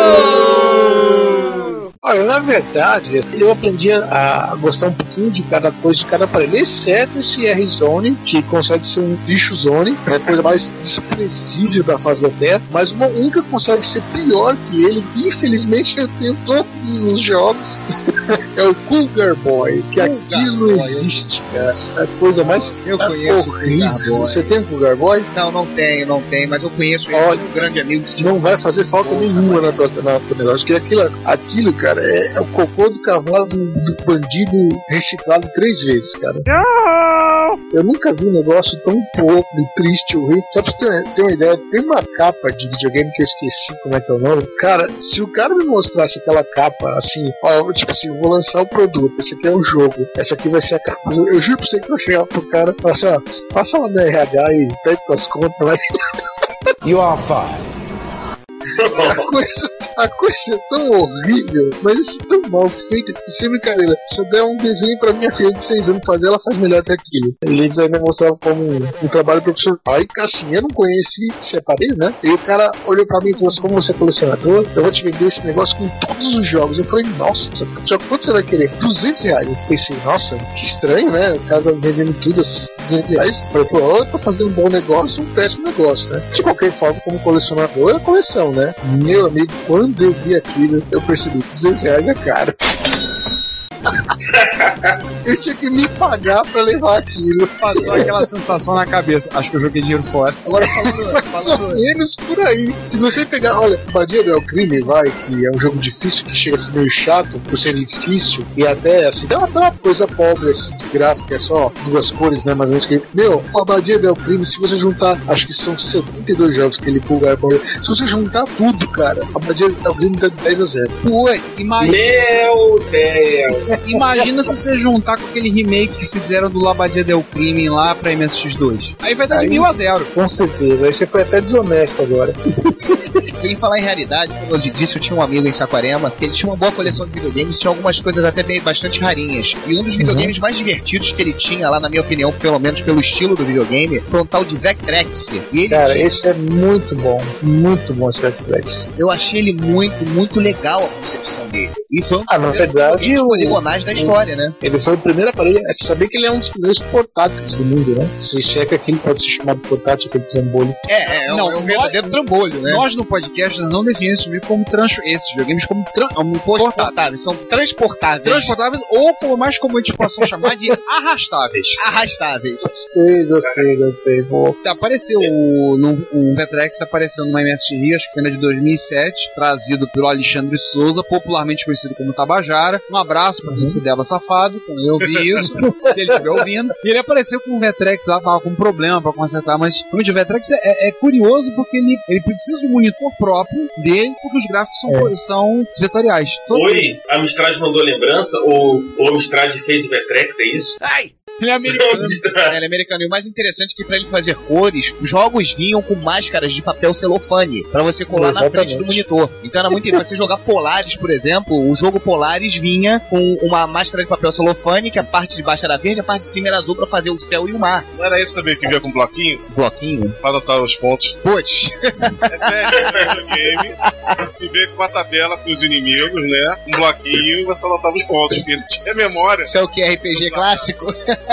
Olha, na verdade, eu aprendi a gostar um pouquinho de cada coisa, de cada aparelho, exceto esse R-Zone, que consegue ser um lixo zone, é a coisa mais desprezível da face da Terra, mas uma única consegue ser pior que ele. Infelizmente, eu tenho todos os jogos. É o Cougar Boy, que Cougar aquilo Boy, existe, cara. É a coisa mais eu conheço horrível. O Cougar Boy. Você tem o Cougar Boy? Não, não tenho, não tenho, mas eu conheço ele, Olha, um grande amigo. Que não vai fazer falta nenhuma na tua, na tua negócio, porque aquilo, aquilo cara, é, é o cocô do cavalo do, do bandido reciclado três vezes, cara. Eu nunca vi um negócio tão pouco, triste, horrível. Só pra você ter, ter uma ideia, tem uma capa de videogame que eu esqueci como é que é o nome. Cara, se o cara me mostrasse aquela capa, assim, ó, tipo assim, vou lançar o produto, esse aqui é o jogo, essa aqui vai ser a capa. Eu, eu juro pra você que eu vou chegar pro cara e falar assim, ó, passa lá no R H e pede tuas contas lá. You are fired. A coisa, a coisa é tão horrível, mas isso é tão mal feito que, sem brincadeira, se eu der um desenho pra minha filha de seis anos fazer, ela faz melhor que aquilo. Eles ainda mostravam como um, um trabalho profissional. Aí, assim, eu não conheci esse aparelho, né? E o cara olhou pra mim e falou assim: como você é colecionador, eu vou te vender esse negócio com todos os jogos. Eu falei: nossa, só quanto você vai querer? duzentos reais. Eu pensei: nossa, que estranho, né? O cara tá vendendo tudo assim, duzentos reais. Eu falei: pô, eu tô fazendo um bom negócio, um péssimo negócio, né? De qualquer forma, como colecionador, é coleção, né? Meu amigo, quando eu vi aquilo, eu percebi que duzentos reais é caro. Eu tinha que me pagar pra levar aquilo. Passou aquela sensação na cabeça. Acho que eu joguei dinheiro fora. Agora falando, mais ou menos por aí. Se você pegar, olha, Abadia del Crime, vai, que é um jogo difícil, que chega a ser meio chato por ser difícil, e até assim, dá uma coisa pobre assim, de gráfico, é só duas cores, né? Mais ou menos que. Meu, o Abadia del Crime, se você juntar, acho que são setenta e dois jogos que ele pulgar por. Se você juntar tudo, cara, a Abadia del Crime dá dez a zero. Pô, imagina. Meu Deus! Imagina se você juntar com aquele remake que fizeram do Labadia del Crime lá pra M S X dois. Aí vai dar de aí, mil a zero. Com certeza, aí você foi até desonesto agora. Em falar em realidade, como eu disse, eu tinha um amigo em Saquarema, que ele tinha uma boa coleção de videogames, tinha algumas coisas até bem, bastante rarinhas. E um dos videogames uhum. mais divertidos que ele tinha lá, na minha opinião, pelo menos pelo estilo do videogame, foi um tal de Vectrex. E ele Cara, tinha... esse é muito bom, muito bom esse Vectrex. Eu achei ele muito, muito legal a concepção dele. E foi um dos ah, na verdade, o... poligonais da história, né? Ele foi o primeiro aparelho. É saber que ele é um dos primeiros portáteis do mundo, né? Se checa que ele pode ser chamado portátil, aquele trambolho. É, é, não, é um verdadeiro trambolho, né? Nós no podcast não definimos como trans... esses videogames como, tran... como portáteis. São transportáveis. Transportáveis ou, como mais comum a gente possa chamar, de arrastáveis. Arrastáveis. Gostei, gostei, gostei. Boa. Apareceu o, no, o Vectrex apareceu numa M S X Rio, acho que foi na de dois mil e sete, trazido pelo Alexandre Souza, popularmente conhecido como Tabajara. Um abraço pra quem uhum. fudeva safado, quando eu ouvi isso, se ele estiver ouvindo. E ele apareceu com o Vectrex lá, tava com um problema pra consertar, mas o Vectrex é, é curioso porque ele, ele precisa de um monitor próprio dele, porque os gráficos são, é. são vetoriais. Todo Oi, mundo. A Amstrad mandou lembrança, ou o Amstrad fez o Vectrex, é isso? Ai! Ele é americano. Ele é americano. E o mais interessante é que pra ele fazer cores, os jogos vinham com máscaras de papel celofane pra você colar Exatamente. na frente do monitor. Então era muito interessante. Você jogar Polaris, por exemplo, o jogo Polaris vinha com uma máscara de papel celofane, que a parte de baixo era verde, a parte de cima era azul pra fazer o céu e o mar. Não era esse também que vinha com bloquinho? Bloquinho? Pra anotar os pontos. Putz. É sério, um game e veio com uma tabela pros inimigos, né? Um bloquinho e você anotava os pontos, porque ele tinha memória. Isso é o que? R P G clássico?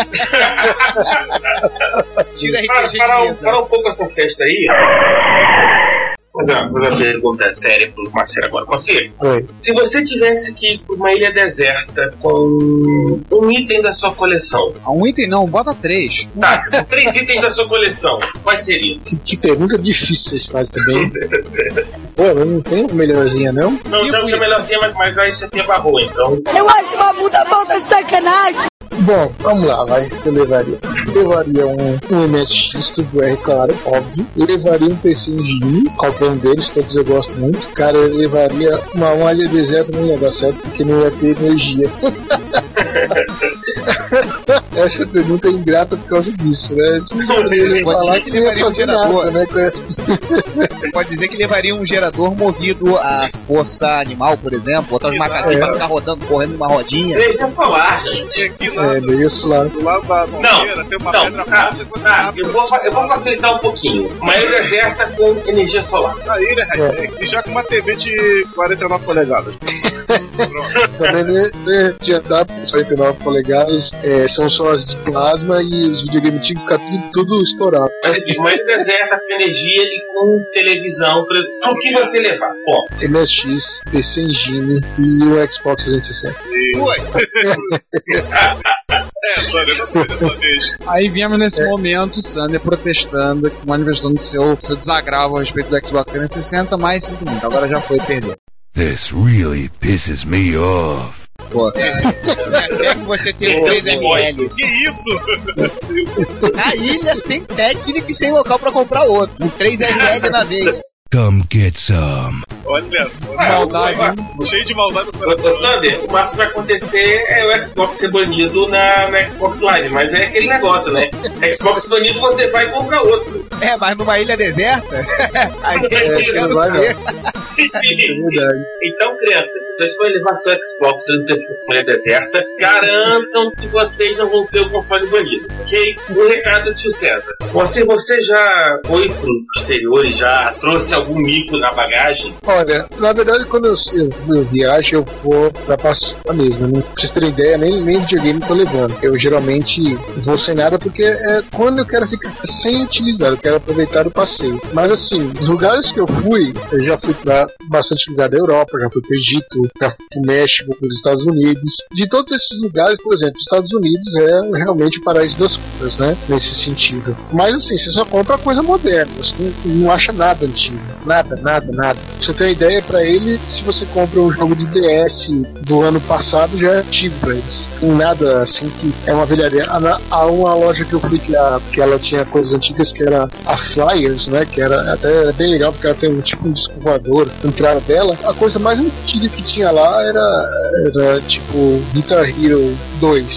Tira R P G para, para, um, para um pouco essa festa aí. Vou fazer uma pergunta séria pro Marcelo agora. Marcelo, se você tivesse que ir pra uma ilha deserta com um item da sua coleção. Um item não, bota três. Tá, três itens da sua coleção. Quais seriam? Que, que pergunta difícil vocês fazem também. Pô, eu não tenho melhorzinha, não? Não, já tinha melhorzinha, mas, mas aí você tinha barrou, então. Eu acho uma puta falta de sacanagem. Bom, vamos lá, vai. Eu levaria. Levaria um, um M S X Turbo R, claro, óbvio. Eu levaria um P C Engine, qualquer um deles, todos eu gosto muito. Cara, eu levaria uma, uma ilha deserta, não ia dar certo, porque não ia ter energia. Essa pergunta é ingrata por causa disso, né? Você pode dizer que levaria um gerador, nada, né? Você pode dizer que levaria um gerador movido a força animal, por exemplo, botar os macaquinhos é. pra ficar rodando, correndo numa rodinha. Energia solar, gente. E aqui na, é, energia solar. do lado da palmeira tem uma não, pedra tá, falsa que você tá, abre. Eu vou, eu vou facilitar um pouquinho. Uma ilha deserta com energia solar. A ilha é high-tech e já com uma T V de quarenta e nove polegadas. Também né, né, de andar por quarenta e nove polegadas, é, são só as de plasma e os videogames tinham que ficar tudo, tudo estourado. Mas assim, uma ilha deserta com energia e com televisão, pra, o que você levar? Bom. M S X, P C Engine e o Xbox trezentos e sessenta. Oi! É, Sander, não foi dessa vez. Aí viemos nesse é. momento, o Sander protestando, manifestando seu, seu desagravo a respeito do Xbox trezentos e sessenta, mas sinto muito, agora já foi perder. This really pisses me off. Pô, é, é que você tem o três R L. Que isso? Na ilha, sem técnico e sem local pra comprar outro. Um três R L na veia. Come get some. Olha só, maldade, cheio de maldade no coração. Ô, Sander, o máximo que vai acontecer é o Xbox ser banido na, na Xbox Live, mas é aquele negócio, né? Xbox banido, você vai comprar outro. É, mas numa ilha deserta? Aí é, você não vai não. Então, crianças, se vocês forem levar seu Xbox trezentos e sessenta para uma ilha deserta, garantam que vocês não vão ter o console banido, ok? Um recado do tio César. Você, você já foi pro exterior e já trouxe algum mico na bagagem? Olha, na verdade, quando eu, eu, eu viajo, eu vou pra passar mesmo. Não preciso ter ideia, nem, nem videogame tô levando. Eu geralmente vou sem nada porque é quando eu quero ficar sem utilizar, eu quero aproveitar o passeio. Mas assim, os lugares que eu fui, eu já fui pra bastante lugar da Europa, já fui pro Egito, já fui pro México, pros Estados Unidos. De todos esses lugares, por exemplo, os Estados Unidos é realmente o paraíso das compras, né? Nesse sentido. Mas assim, você só compra coisa moderna, você não, não acha nada antigo. Nada, nada, nada. Pra você ter uma ideia, pra ele, se você compra um jogo de D S do ano passado, já é antigo pra eles. Tem nada assim que é uma velharia. Há uma loja que eu fui que, a, que ela tinha coisas antigas que era a Flyers, né? Que era até bem legal porque ela tem um tipo um disco voador na entrada dela. A coisa mais antiga que tinha lá era, era tipo Guitar Hero dois.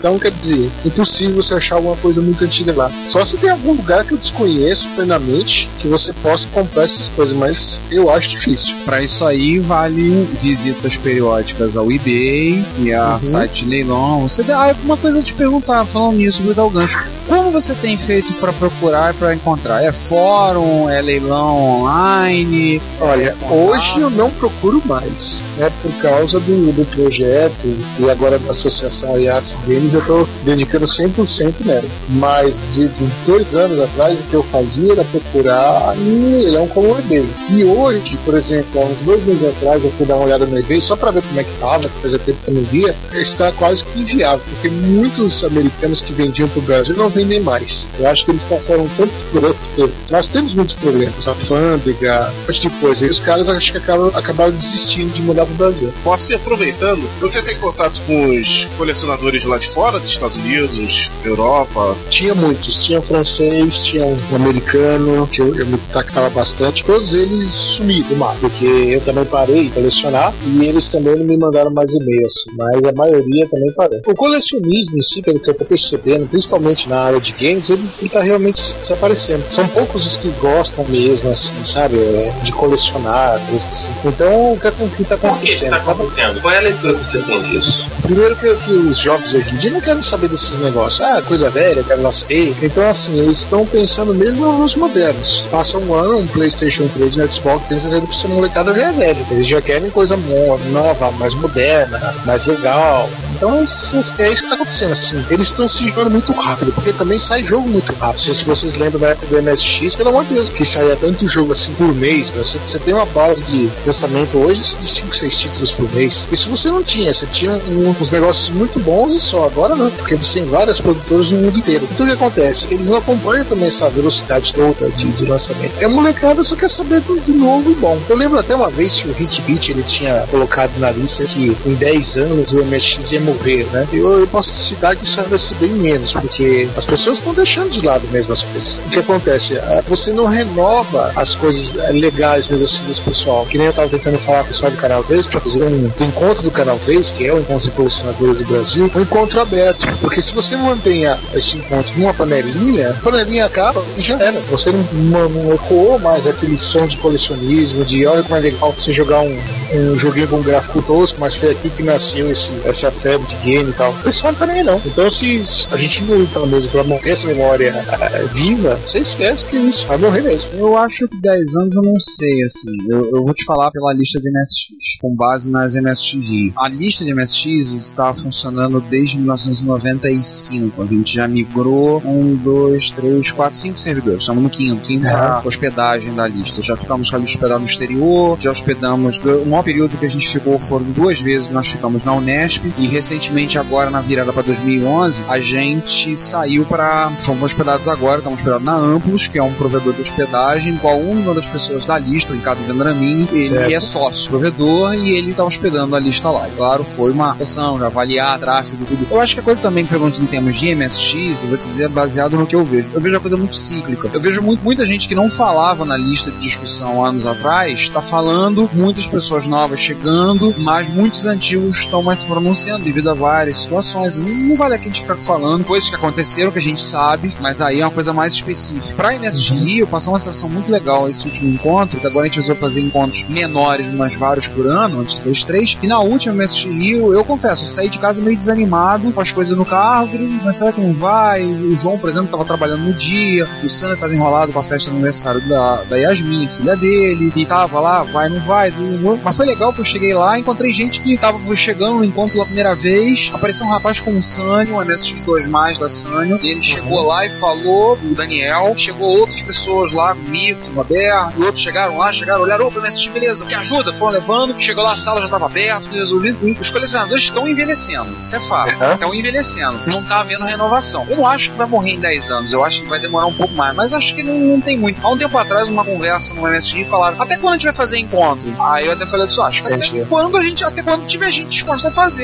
Então, quer dizer, impossível você achar alguma coisa muito antiga lá. Só se tem algum lugar que eu desconheço plenamente que você possa comprar essas coisas, mas eu acho difícil. Pra isso aí, vale visitas periódicas ao eBay e a uhum. site de leilão. Você dá, ah, uma coisa a te perguntar, falando nisso, vou dar o gancho. Como você tem feito pra procurar e pra encontrar? É fórum? É leilão online? Olha, é hoje eu não procuro mais, né, por causa do, do projeto e agora da associação I A C Games eu tô dedicando cem por cento nela. Mas de, de dois anos atrás, o que eu fazia era procurar em leilão como o eBay. E hoje, por exemplo, há uns dois meses atrás, eu fui dar uma olhada no eBay só pra ver como é que tava, que fazia tempo que eu não via, está quase que inviável, porque muitos americanos que vendiam pro Brasil não vendem mais. Eu acho que eles passaram tanto por porque nós temos muitos problemas, alfândega, esse tipo de coisa, e os caras acho que acabam, acabaram desistindo de mudar pro Brasil. Posso ir aproveitando? Você tem contato com os colecionadores lá de fora, dos Estados Unidos, Europa? Tinha muitos, tinha um francês, tinha um americano, que eu, eu me tactava bastante, todos eles sumiram do mar, porque eu também parei de colecionar e eles também não me mandaram mais e-mails, mas a maioria também parou. O colecionismo em si, pelo que eu tô percebendo, principalmente na área de games, ele, ele tá realmente desaparecendo. São poucos os que gostam mesmo, assim, sabe, é, de colecionar, coisas assim. Então, o que, o que tá acontecendo? O que está acontecendo? Qual é a leitura que você tem disso? Primeiro que, que os jogos hoje em dia não querem saber desses negócios. Ah, coisa velha, quero lá saber. Então, assim, eles estão pensando mesmo nos modernos. Passa um ano, um PlayStation três no Xbox três sessenta pra essa molecada já é velho. Eles já querem coisa nova, mais moderna, mais legal. Então, isso, é isso que tá acontecendo, assim. Eles estão se jogando muito rápido, porque também sai jogo muito rápido. Se vocês lembram da época do M S X, pelo amor de Deus, que saía tanto jogo assim por mês. Você, você tem uma base de lançamento hoje de cinco, seis títulos por mês. Isso você não tinha. Você tinha um, uns negócios muito bons e só. Agora não, porque você tem várias produtoras no mundo inteiro. Então o que acontece? Eles não acompanham também essa velocidade toda de, de lançamento. É molecada só quer saber do, do novo e bom. Eu lembro até uma vez que o Hitbit ele tinha colocado na lista que em dez anos o M S X ia morrer, né? Eu, eu posso citar que isso vai ser bem menos, porque as pessoas estão deixando de lado mesmo as coisas. O que acontece? Você não renova as coisas legais mesmo assim desse pessoal. Que nem eu tava tentando falar com o pessoal do Canal três pra fazer um do encontro do Canal três, que é o encontro de colecionadores do Brasil, um encontro aberto. Porque se você mantenha esse encontro numa panelinha, a panelinha acaba e já era. Você não, não, não ecoou mais aquele som de colecionismo, de olha como é legal você jogar um, um joguinho com um gráfico tosco, mas foi aqui que nasceu esse, essa febre de game e tal. O pessoal não tá nem não. Então se a gente não luta mesmo pra manter essa memória uh, viva, você esquece que isso vai morrer mesmo. Eu acho que dez anos eu não sei, assim. Eu, eu vou te falar pela lista de M S X, com base nas M S X. A lista de M S X está funcionando desde mil novecentos e noventa e cinco. A gente já migrou um, dois, três, quatro, cinco servidores. Estamos no quinto, quinto para é. hospedagem da lista. Já ficamos com a lista hospedada no exterior, já hospedamos. O maior período que a gente ficou foram duas vezes que nós ficamos na Unesp, e recentemente, agora na virada para dois mil e onze, a gente saiu para. Fomos hospedados agora, estamos hospedados na Amplos, que é um provedor de hospedagem, qual uma das pessoas da lista, o Ricardo Vendramin, ele certo. é sócio provedor e ele está hospedando a lista lá. E claro, foi uma questão de avaliar tráfego, tudo. Eu acho que a coisa também, pergunta em termos de M S X, eu vou dizer, baseado no que eu vejo. Eu vejo a coisa muito cíclica. Eu vejo muito, muita gente que não falava na lista de discussão anos atrás, está falando, muitas pessoas novas chegando, mas muitos antigos estão mais se pronunciando devido a várias situações. Não, não vale aqui a gente ficar falando coisas que aconteceram, que a gente sabe, mas aí é uma coisa mais específica. Pra M S X Rio, passou uma sensação muito legal esse último encontro, que agora a gente resolveu fazer encontros menores, mas vários por ano, antes fez três, e na última M S X Rio, eu confesso, eu saí de casa meio desanimado, com as coisas no carro, mas será que não vai? O João, por exemplo, estava trabalhando no dia, o Sandra estava enrolado com a festa de aniversário da, da Yasmin, filha dele, e tava lá, vai, não vai, mas foi legal que eu cheguei lá, encontrei gente que tava chegando no encontro pela primeira vez, apareceu um rapaz com o Sânio, um M S X dois mais da Sânio, e ele chegou lá e falou, o Daniel, chegou outras pessoas lá comigo, o Roberto, e outros chegaram lá, chegaram, olharam, opa, M S X, beleza, que ajuda, foram levando, chegou lá, a sala já estava aberta, resolvido, os colecionadores estão envelhecendo, isso é fato, estão uhum. envelhecendo, não tá havendo renovação. Eu não acho que vai morrer em dez anos, eu acho que vai demorar um pouco mais, mas acho que não, não tem muito. Há um tempo atrás, uma conversa no M S X, falaram, até quando a gente vai fazer encontro? Aí eu até falei disso, acho que até quando a gente, até quando tiver gente disposta a fazer, a gente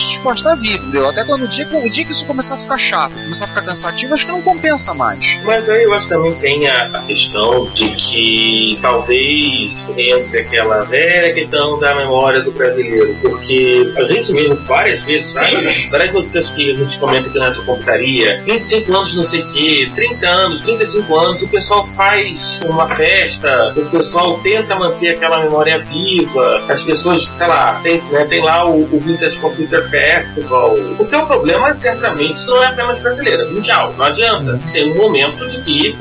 disposta a vir, entendeu? Até quando o dia, o dia que isso começar a ficar chato, começar a ficar cansativo, acho que não compensa mais. Mas aí eu acho que também tem a, a questão de que talvez entre aquela velha questão da memória do brasileiro, porque a gente mesmo várias vezes, várias, várias notícias que a gente comenta aqui na computaria, vinte e cinco anos não sei o que, trinta anos, trinta e cinco anos, o pessoal faz uma festa, o pessoal tenta manter aquela memória viva, as pessoas, sei lá, tem, né, tem lá o, o Vintage Computer Festival. O teu problema certamente não é apenas brasileiro, é mundial, não adianta. Tem um momento de que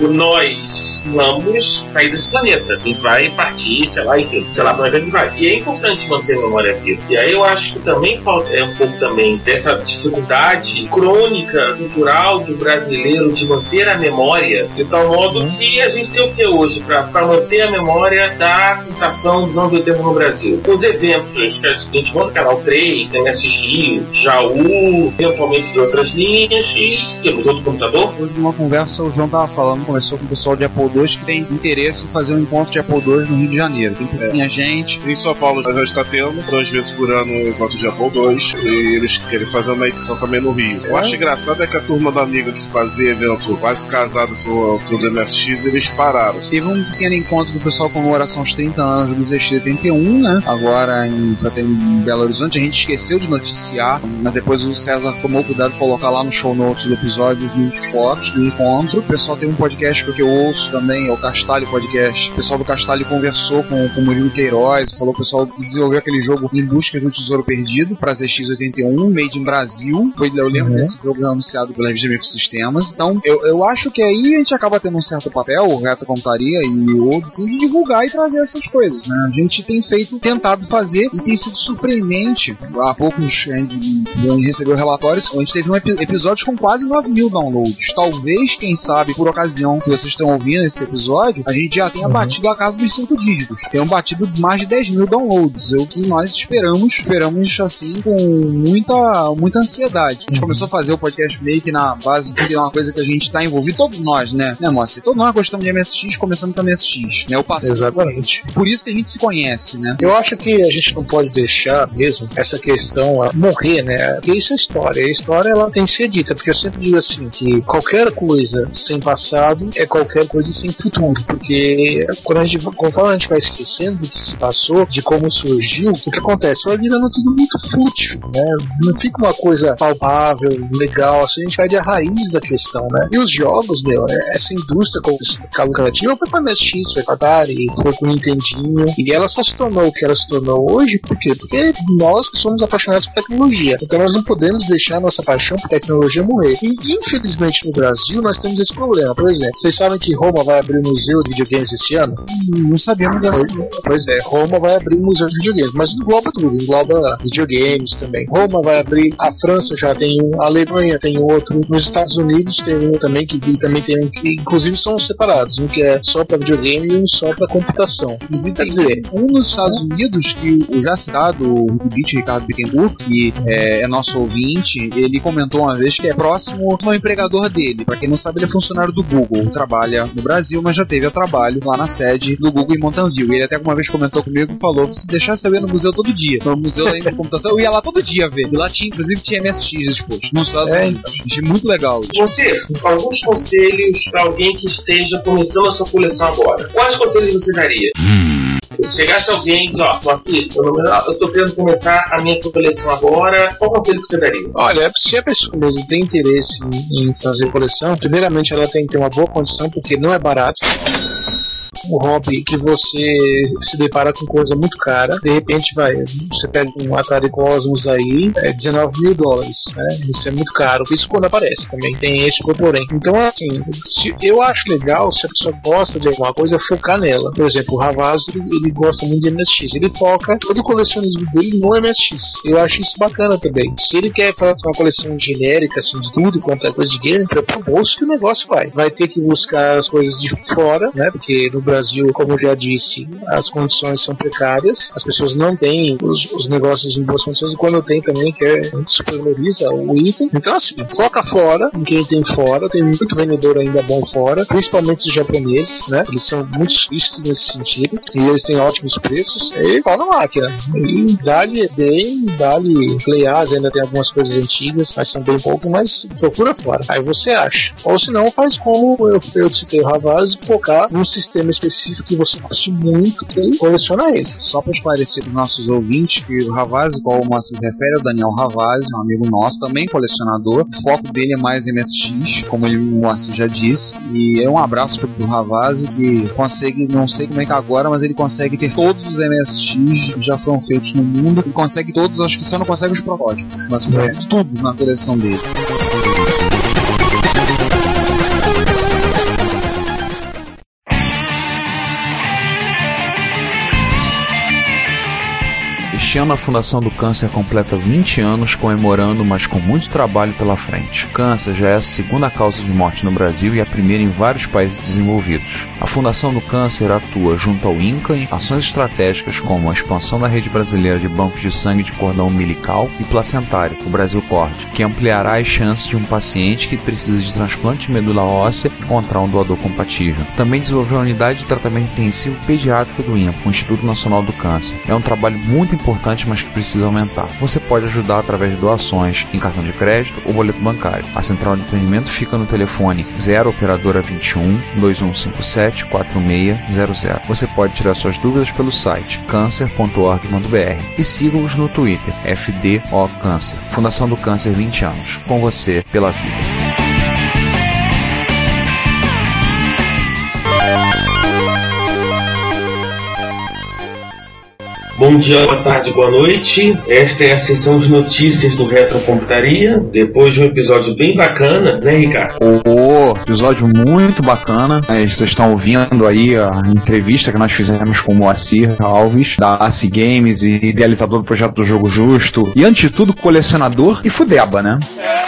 nós vamos sair desse planeta, a gente vai partir, sei lá, enfim, sei lá pra onde a gente vai. E é importante manter a memória viva. E aí eu acho que também falta é um pouco também dessa dificuldade crônica, cultural do brasileiro de manter a memória, de tal modo que a gente tem o que hoje para manter a memória da computação dos anos oitenta no Brasil. Os eventos que a gente monta, Canal três, M S G, Jaú, eventualmente de outras linhas, e temos outro computador. Hoje, numa conversa, o João tava falando, começou com o pessoal de Apple dois que tem interesse em fazer um encontro de Apple dois no Rio de Janeiro. Tem pouquinha é. gente. Em São Paulo já está tendo, duas vezes por ano, o encontro de Apple dois, e eles querem fazer uma edição também no Rio. É. Eu acho engraçado é que a turma do amigo que fazia evento quase casado com, com o M S X, eles pararam. Teve um pequeno encontro do pessoal com comemoração aos trinta anos do Z X oitenta e um, né? Agora em, em Belo Horizonte. A gente esqueceu de noticiar, mas depois o César tomou cuidado de colocar lá no show notes do episódio os links fotos do encontro. O pessoal tem um podcast que eu ouço também, é o Castalho Podcast. O pessoal do Castalho conversou com, com o Murilo Queiroz e falou que o pessoal desenvolveu aquele jogo Em Busca do Tesouro Perdido para Z X oitenta e um, made in Brasil. Foi, eu lembro uhum. desse jogo anunciado pela revista Microsistemas. Então, eu, eu acho que aí a gente acaba tendo um certo papel, o Reto Computaria e o Old, assim, de divulgar e trazer essas coisas, né? A gente tem feito, tentado fazer e tem sido surpreendente. Há poucos a gente recebeu relatórios, a gente teve um epi- episódio com quase nove mil downloads. Talvez, quem sabe, por ocasião que vocês estão ouvindo esse episódio, a gente já tenha uhum. batido a casa dos cinco dígitos. Tenham batido mais de dez mil downloads. É o que nós esperamos, esperamos assim, com muita, muita ansiedade. A gente uhum. começou a fazer o podcast meio que na base porque é uma coisa que a gente está envolvido, todos nós, né? Né, moça? Todos nós gostamos de M S X, começando com M S X, né? O passado. Exatamente. Por isso que a gente se conhece, né? Eu acho que a gente não pode deixar mesmo essa questão morrer, né? Porque isso é história. A história, ela tem que ser dita, porque eu sempre digo assim, que qualquer coisa sem passado é qualquer coisa sem futuro, porque quando a gente, conforme a gente vai esquecendo do que se passou, de como surgiu, o que acontece? Vai virando tudo muito fútil, né? Não fica uma coisa palpável, legal, assim, a gente vai de a raiz da questão, né? E os jogos, meu, essa indústria lucrativa foi pra M S X, foi pra Atari, foi pro Nintendinho, e ela só se tornou o que ela se tornou hoje, por quê? Porque nós que somos apaixonados por tecnologia, então nós não podemos deixar a nossa paixão por tecnologia morrer. E infelizmente no Brasil nós temos esse problema. Por exemplo, vocês sabem que Roma vai abrir um museu de videogames esse ano? Não sabíamos dessa. Pois é, Roma vai abrir um museu de videogames, mas engloba tudo, engloba videogames também. Roma vai abrir, a França já tem um, a Alemanha tem outro, nos Estados Unidos tem um também que e também tem um que inclusive são separados, um que é só para videogame e um só para computação. Inclusive, quer dizer, um nos Estados Unidos que o já citado, o Rick Ricardo Bittencourt, que é, é nosso ouvinte, ele comentou uma vez que é próximo ao empregador dele. Pra quem não sabe, ele é funcionário do Google, trabalha no Brasil, mas já teve a trabalho lá na sede do Google em Mountain View. Ele até uma vez comentou comigo e falou que se deixasse eu ia no museu todo dia. No museu da computação, eu ia lá todo dia ver. E lá tinha, inclusive, tinha M S X exposto nos Estados é, Unidos. Achei muito legal. Você, alguns conselhos para alguém que esteja começando a sua coleção agora. Quais conselhos você daria? Hum. Se chegasse alguém e diz, ó, assim, eu tô querendo começar a minha coleção agora, qual conselho que você daria? Olha, se a pessoa mesmo tem interesse em, em fazer coleção, primeiramente ela tem que ter uma boa condição, porque não é barato. Um hobby que você se depara com coisa muito cara, de repente vai, você pega um Atari Cosmos aí, é dezenove mil dólares, né? Isso é muito caro, isso quando aparece também, tem esse porém. Então, assim, se, eu acho legal se a pessoa gosta de alguma coisa, focar nela. Por exemplo, o Ravazzo, ele, ele gosta muito de M S X, ele foca todo o colecionismo dele no M S X. Eu acho isso bacana também. Se ele quer fazer uma coleção genérica, assim, de tudo quanto é coisa de game, é pro bolso que o negócio vai. Vai ter que buscar as coisas de fora, né? Porque no Brasil, como eu já disse, as condições são precárias, as pessoas não têm os, os negócios em boas condições, e quando tem também, que é, supervaloriza o item. Então, assim, foca fora, em quem tem fora, tem muito vendedor ainda bom fora, principalmente os japoneses, né? Eles são muito suíços nesse sentido, e eles têm ótimos preços, e pau na máquina. E dá-lhe bem, dá-lhe Playas, ainda tem algumas coisas antigas, mas são bem pouco, mas procura fora. Aí você acha. Ou se não, faz como eu, eu citei o Havaz, focar num sistema específico que você goste muito e coleciona ele. Só para esclarecer para os nossos ouvintes que o Havaz, qual o Moacir se refere, é o Daniel Havaz, um amigo nosso, também colecionador. O foco dele é mais M S X, como ele, o Moacir já disse. E é um abraço para o Havaz, que consegue, não sei como é que agora, mas ele consegue ter todos os M S X que já foram feitos no mundo. Ele consegue todos, acho que só não consegue os protótipos, mas é. tudo na coleção dele. Este ano a Fundação do Câncer completa vinte anos comemorando, mas com muito trabalho pela frente. O câncer já é a segunda causa de morte no Brasil e a primeira em vários países desenvolvidos. A Fundação do Câncer atua junto ao INCA em ações estratégicas como a expansão da rede brasileira de bancos de sangue de cordão umbilical e placentário, o Brasil Cord, que ampliará as chances de um paciente que precisa de transplante de medula óssea encontrar um doador compatível. Também desenvolveu a unidade de tratamento intensivo pediátrico do INPA, o Instituto Nacional do Câncer. É um trabalho muito importante, mas que precisa aumentar. Você pode ajudar através de doações em cartão de crédito ou boleto bancário. A central de atendimento fica no telefone zero operadora vinte e um, dois um cinco sete, quatro seis zero zero. Você pode tirar suas dúvidas pelo site câncer ponto org ponto b r e siga-os no Twitter, F D O Câncer. Fundação do Câncer, vinte anos. Com você, pela vida. Bom dia, boa tarde, boa noite. Esta é a sessão de notícias do Retrocomputaria. Depois de um episódio bem bacana, né, Ricardo? Oh, episódio muito bacana. Vocês estão ouvindo aí a entrevista que nós fizemos com o Moacir Alves, da A C Games e idealizador do projeto do Jogo Justo. E antes de tudo, colecionador e fudeba, né?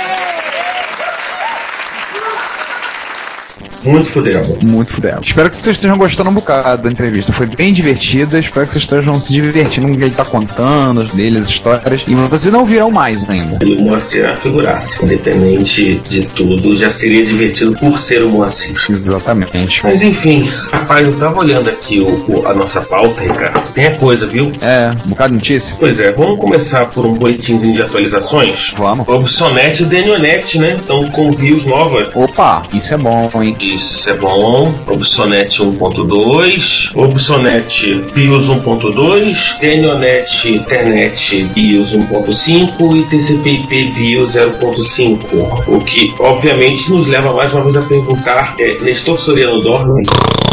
Muito fudeu. Muito fudeu. Espero que vocês estejam gostando um bocado da entrevista. Foi bem divertida. Espero que vocês estejam se divertindo com o que ele tá contando, as dele, as histórias. E vocês não virão mais ainda. O Moacir é a figuraça. Independente de tudo, já seria divertido por ser o Moacir. Exatamente. Mas enfim, rapaz, eu tava olhando aqui o, o, a nossa pauta, Ricardo. Tem a coisa, viu? É, um bocado de notícia. Pois é, vamos começar por um boletimzinho de atualizações? Vamos. Obsonet e Denionet, né? Estão com BIOS nova. Opa, isso é bom, hein? Isso é bom. Obsonet um ponto dois, Obsonet BIOS um ponto dois, Denionet Internet BIOS um ponto cinco e T C P I P BIOS zero ponto cinco. O que, obviamente, nos leva mais uma vez a perguntar: é, Nestor Soriano dorme?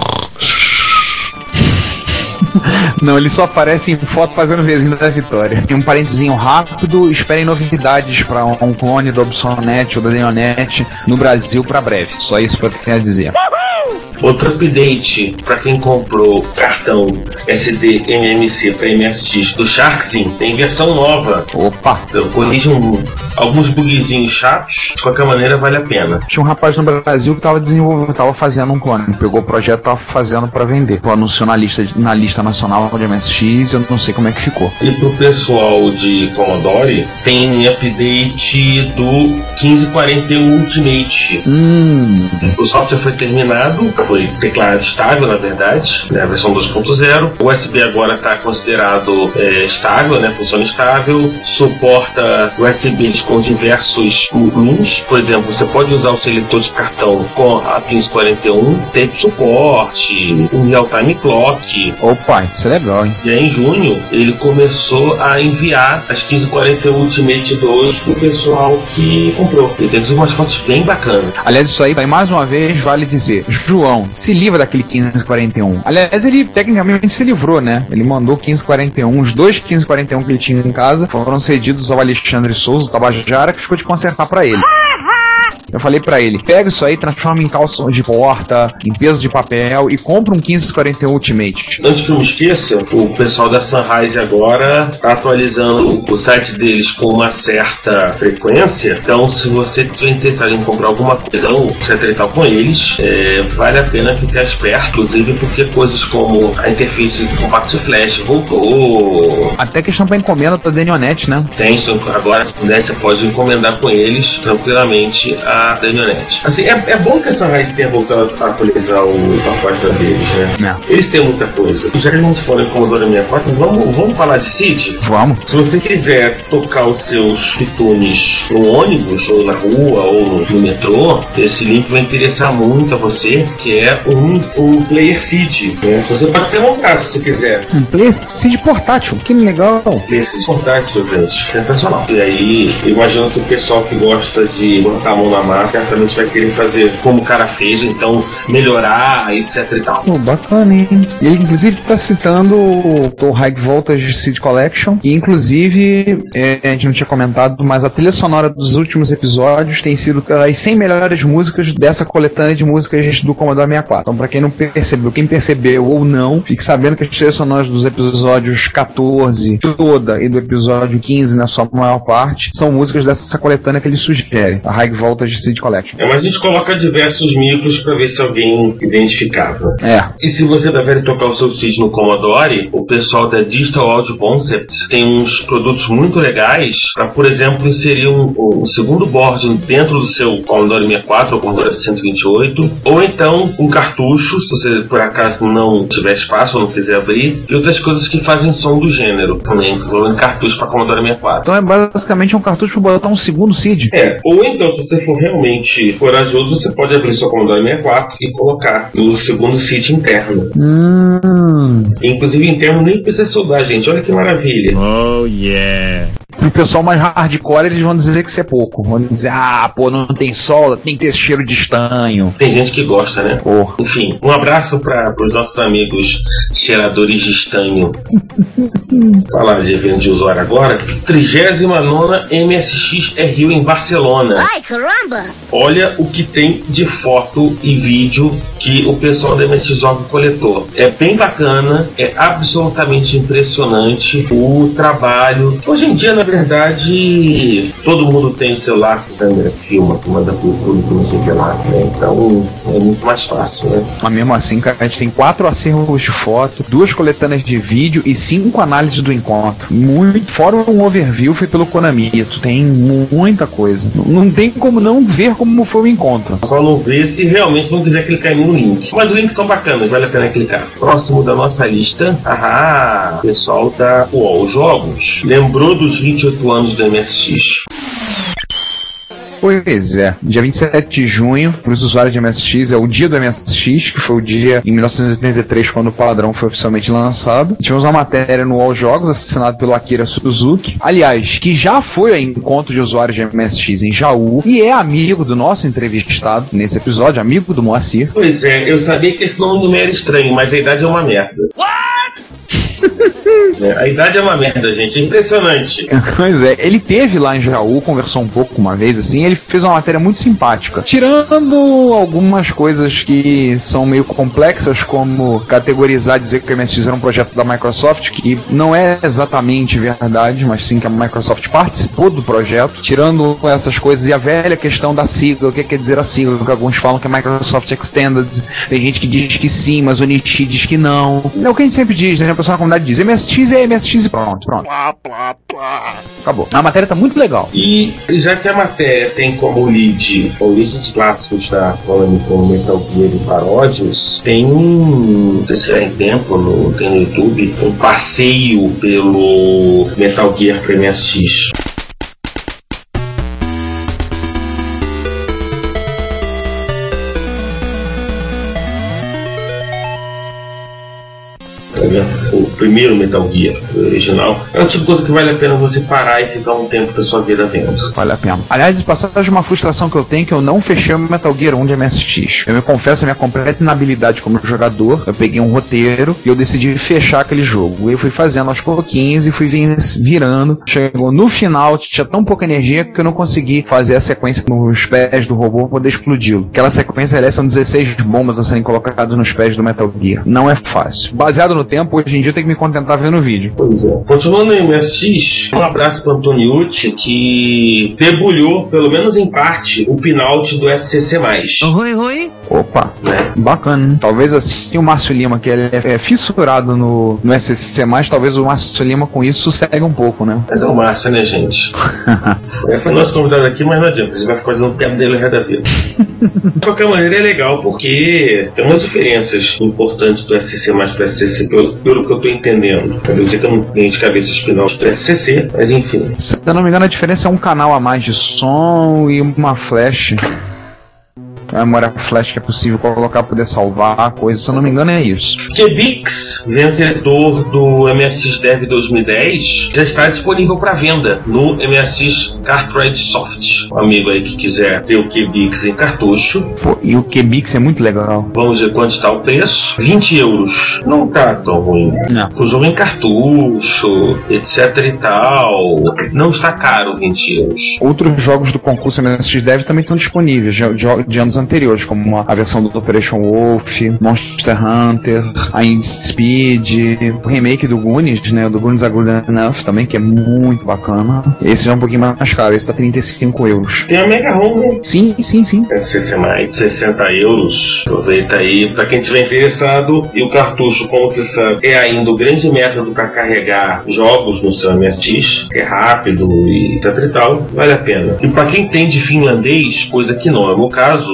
Não, ele só aparece em foto fazendo vizinho da Vitória. Tem um parentezinho rápido, esperem novidades para um clone do Obsonet ou do Denionet no Brasil para breve. Só isso que eu tenho a dizer. Outro update para quem comprou cartão S D M M C para M S X do Sharksim, tem versão nova. Opa! Então, corrijam alguns bugzinhos chatos, de qualquer maneira vale a pena. Tinha um rapaz no Brasil que estava desenvolvendo, estava fazendo um clone, pegou o projeto e estava fazendo para vender. Então, anunciou na lista, na lista nacional de M S X, eu não sei como é que ficou. E pro pessoal de Commodore, tem update do quinze quarenta Ultimate. Hum. O software foi terminado, foi declarado estável, na verdade, né, a versão dois ponto zero. O U S B agora está considerado é, estável, né, funciona estável, suporta U S Bs com diversos pins. Por exemplo, você pode usar o seletor de cartão com a quinze quarenta e um, tem suporte, um real-time clock. Opa, isso é legal, hein? E aí, em junho, ele começou a enviar as quinze quarenta e um Ultimate dois pro pessoal que comprou. E tem umas fotos bem bacanas. Aliás, isso aí, mais uma vez, vale dizer, João, se livra daquele quinze quarenta e um. Aliás, ele tecnicamente se livrou, né? Ele mandou quinze quarenta e um, os dois quinze quarenta e um que ele tinha em casa foram cedidos ao Alexandre Souza, Tabajara, que ficou de consertar pra ele. Eu falei pra ele, pega isso aí, transforma em calção de porta, em peso de papel e compra um quinze quarenta e um Ultimate. Antes que eu me esqueça, o pessoal da Sunrise agora tá atualizando o site deles com uma certa frequência. Então, se você tiver interessado em comprar alguma coisa, etc e tal com eles, é, vale a pena ficar esperto, inclusive porque coisas como a interface do Compact Flash voltou. Até questão pra encomenda da Denionet, né? Tem, agora né, você pode encomendar com eles tranquilamente a Denionet. Assim, é, é bom que a Sunrise tenha voltado a atualizar o pacote deles, né? É. Eles têm muita coisa. Já que a gente falou em Commodore sessenta e quatro, vamos, vamos falar de C I D? Vamos. Se você quiser tocar os seus pitunes no ônibus, ou na rua, ou no metrô, esse link vai interessar muito a você, que é um, um player C I D. Né? Você pode até montar se você quiser. Um player C I D portátil, que legal. Player C I D portátil, gente. Sensacional. E aí, imagino que o pessoal que gosta de botar a mão na massa certamente vai querer fazer como o cara fez, então melhorar, etc e tal. Oh, bacana, hein? Ele inclusive está citando o High Voltage C I D Collection, e inclusive é, a gente não tinha comentado, mas a trilha sonora dos últimos episódios tem sido as cem melhores músicas dessa coletânea de músicas do Commodore sessenta e quatro. Então, pra quem não percebeu, quem percebeu ou não, fique sabendo que as trilhas sonoras dos episódios catorze toda e do episódio quinze, na sua maior parte, são músicas dessa coletânea que ele sugere, a High Voltage C I D Collection. É, mas a gente coloca diversos micros pra ver se alguém identificava. É. E se você prefere tocar o seu C I D no Commodore, o pessoal da Digital Audio Concepts tem uns produtos muito legais para, por exemplo, inserir um, um segundo board dentro do seu Commodore sessenta e quatro ou Commodore cento e vinte e oito, ou então um cartucho, se você por acaso não tiver espaço ou não quiser abrir, e outras coisas que fazem som do gênero, também, incluindo cartucho para Commodore sessenta e quatro. Então é basicamente um cartucho para botar um segundo C I D. É, ou então, se você for realmente corajoso, você pode abrir seu Commodore sessenta e quatro e colocar no segundo C I D interno. Hum. Inclusive interno nem precisa soldar, gente. Olha que maravilha. Oh, yeah. Pro pessoal mais hardcore, eles vão dizer que isso é pouco. Vão dizer, ah, pô, não tem solda, tem que ter esse cheiro de estanho. Tem gente que gosta, né? Porra. Enfim, um abraço para os nossos amigos cheiradores de estanho. Falar de evento de usuário agora. trigésima nona M S X R U em Barcelona. Ai, caramba! Olha o que tem de foto e vídeo que o pessoal da M S X Org coletou. É bem bacana, é absolutamente impressionante o trabalho. Hoje em dia, na verdade, todo mundo tem o celular com câmera que filma, que manda pro YouTube, que não sei o que lá, né? Então é muito mais fácil, né? Mas mesmo assim, cara, a gente tem quatro acervos de foto, duas coletâneas de vídeo e cinco análises do encontro. Muito, fora um overview feito pelo Konami. Tu tem muita coisa. Não tem como não ver como foi o encontro. Só não ver se realmente não quiser clicar no link. Mas os links são bacanas, vale a pena clicar. Próximo da nossa lista, ah, pessoal da U O L Jogos lembrou dos vinte e oito anos do M S X. Pois é, dia vinte e sete de junho, para os usuários de M S X, é o dia do M S X, que foi o dia em mil novecentos e oitenta e três, quando o padrão foi oficialmente lançado. Tivemos uma matéria no U O L Jogos, assinado pelo Akira Suzuki, aliás, que já foi a encontro de usuários de M S X em Jaú, e é amigo do nosso entrevistado nesse episódio, amigo do Moacir. Pois é, eu sabia que esse nome não era estranho, mas a idade é uma merda. What? É, a idade é uma merda, gente, é impressionante. Pois é, ele teve lá em Jaú, conversou um pouco uma vez, assim, ele fez uma matéria muito simpática, tirando algumas coisas que são meio complexas, como categorizar, dizer que o M S X era um projeto da Microsoft, que não é exatamente verdade, mas sim que a Microsoft participou do projeto, tirando essas coisas, e a velha questão da sigla, o que quer dizer a sigla, que alguns falam que é Microsoft Extended, tem gente que diz que sim, mas o Nishi diz que não. É o que a gente sempre diz, né? A pessoa na comunidade diz, M S X é M S X e pronto, pronto. Plá, plá, plá. Acabou. A matéria tá muito legal. E já que a matéria tem como lead origens clássicos da Konami como Metal Gear e paródias, tem um, se tiver em tempo, no, tem no YouTube, um passeio pelo Metal Gear para M S X. tá vendo? O primeiro Metal Gear, o original, é o tipo de coisa que vale a pena você parar e ficar um tempo da sua vida vendo. Vale a pena. Aliás, de passagem, uma frustração que eu tenho é que eu não fechei o Metal Gear um de M S X. Eu me confesso a minha completa inabilidade como jogador. Eu peguei um roteiro e eu decidi fechar aquele jogo. Eu fui fazendo aos pouquinhos e fui virando. Chegou no final, tinha tão pouca energia que eu não consegui fazer a sequência nos pés do robô pra poder explodi-lo. Aquela sequência, aliás, são dezesseis bombas a serem colocadas nos pés do Metal Gear. Não é fácil. Baseado no tempo, hoje em dia eu tenho que me contentar vendo o vídeo. Pois é. Continuando no M S X, um abraço para Antoniucci, que debulhou, pelo menos em parte, o pinout do S C C mais. Oi, oi. Opa, é. Bacana. Talvez assim o Márcio Lima, que ele é fissurado no, no S C C mais, talvez o Márcio Lima com isso sossegue um pouco, né? Mas é o Márcio, né, gente? é, foi nosso convidado aqui, mas não adianta, a gente vai ficar fazendo o tempo dele o resto da vida. De qualquer maneira, é legal, porque tem umas diferenças importantes do S C C mais para o S C C, pelo, pelo que eu tô entendendo. Eu sei que eu não tenho de cabeça os pinout do S C C, mas enfim. Se eu não me engano, a diferença é um canal a mais de som e uma flash. A memória flash que é possível colocar para poder salvar a coisa, se eu não me engano é isso. Quebix, vencedor do M S X Dev dois mil e dez, já está disponível para venda no M S X Cartridge Soft. Um amigo aí que quiser ter o Quebix em cartucho. Pô, e o Quebix é muito legal. Vamos ver quanto está o preço. vinte euros. Não tá tão ruim. Não. O jogo em cartucho, etc e tal. Não está caro vinte euros. Outros jogos do concurso M S X Dev também estão disponíveis, de, de, de anos anteriores, como a versão do Operation Wolf, Monster Hunter, a Indie Speed, o remake do Goonies, né, do Goonies Are Good Enough também, que é muito bacana. Esse é um pouquinho mais caro, esse tá trinta e cinco euros. Tem a Mega ROM, né? Sim, sim, sim. S C C mais, sessenta euros. Aproveita aí, pra quem estiver interessado. E o cartucho, como você sabe, é ainda o grande método para carregar jogos no seu M S X, que é rápido e etc e tal, vale a pena. E pra quem tem de finlandês, coisa que não é o meu caso,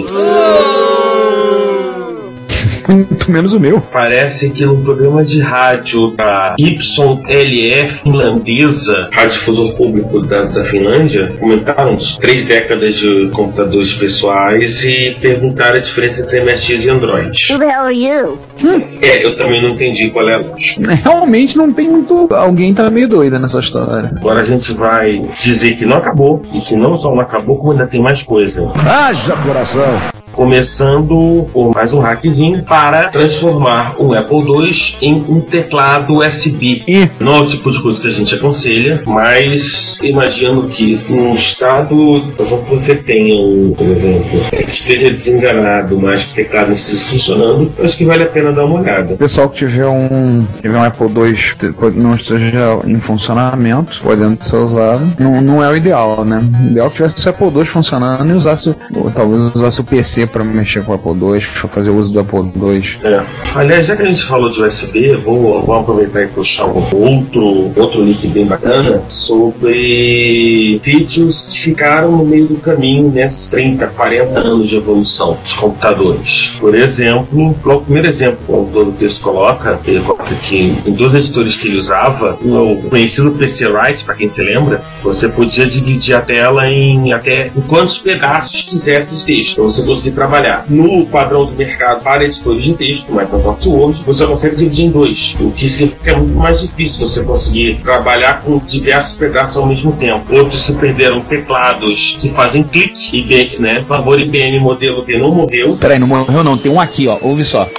muito menos o meu. Parece que no programa de rádio da Y L F finlandesa, Radiodifusor Público da, da Finlândia, comentaram três décadas de computadores pessoais e perguntaram a diferença entre M S X e Android. Who the hell are you? Hum. É, eu também não entendi qual é a lógica. Realmente não tem muito... Alguém tá meio doida nessa história. Agora a gente vai dizer que não acabou, e que não só não acabou, como ainda tem mais coisa. Haja coração! Começando por mais um hackzinho para transformar um Apple dois em um teclado U S B. E? Não é o tipo de coisa que a gente aconselha, mas imagino que num estado que você tenha um, por exemplo, que esteja desenganado, mas que o teclado não esteja funcionando, eu acho que vale a pena dar uma olhada. O pessoal que tiver um, tiver um Apple dois que não esteja em funcionamento, podendo ser usado, não, não é o ideal, né? O ideal é que tivesse o Apple dois funcionando e usasse, ou talvez usasse o P C para mexer com o Apple dois, para fazer uso do Apple dois. É. Aliás, já que a gente falou de U S B, vou, vou aproveitar e puxar um outro, outro link bem bacana sobre vídeos que ficaram no meio do caminho nesses trinta, quarenta anos de evolução dos computadores. Por exemplo, o primeiro exemplo que o autor do texto coloca, ele coloca que em dois editores que ele usava, o conhecido P C Write, para quem se lembra, você podia dividir a tela em até em quantos pedaços quisesse de texto, para você conseguir trabalhar. No padrão de mercado para editores de texto, Microsoft Word, você consegue dividir em dois, o que significa que é muito mais difícil você conseguir trabalhar com diversos pedaços ao mesmo tempo. Outros se perderam teclados que fazem clique, I B, né? Por favor, I B M modelo D não morreu. Peraí, não morreu não, tem um aqui, ó, ouve só.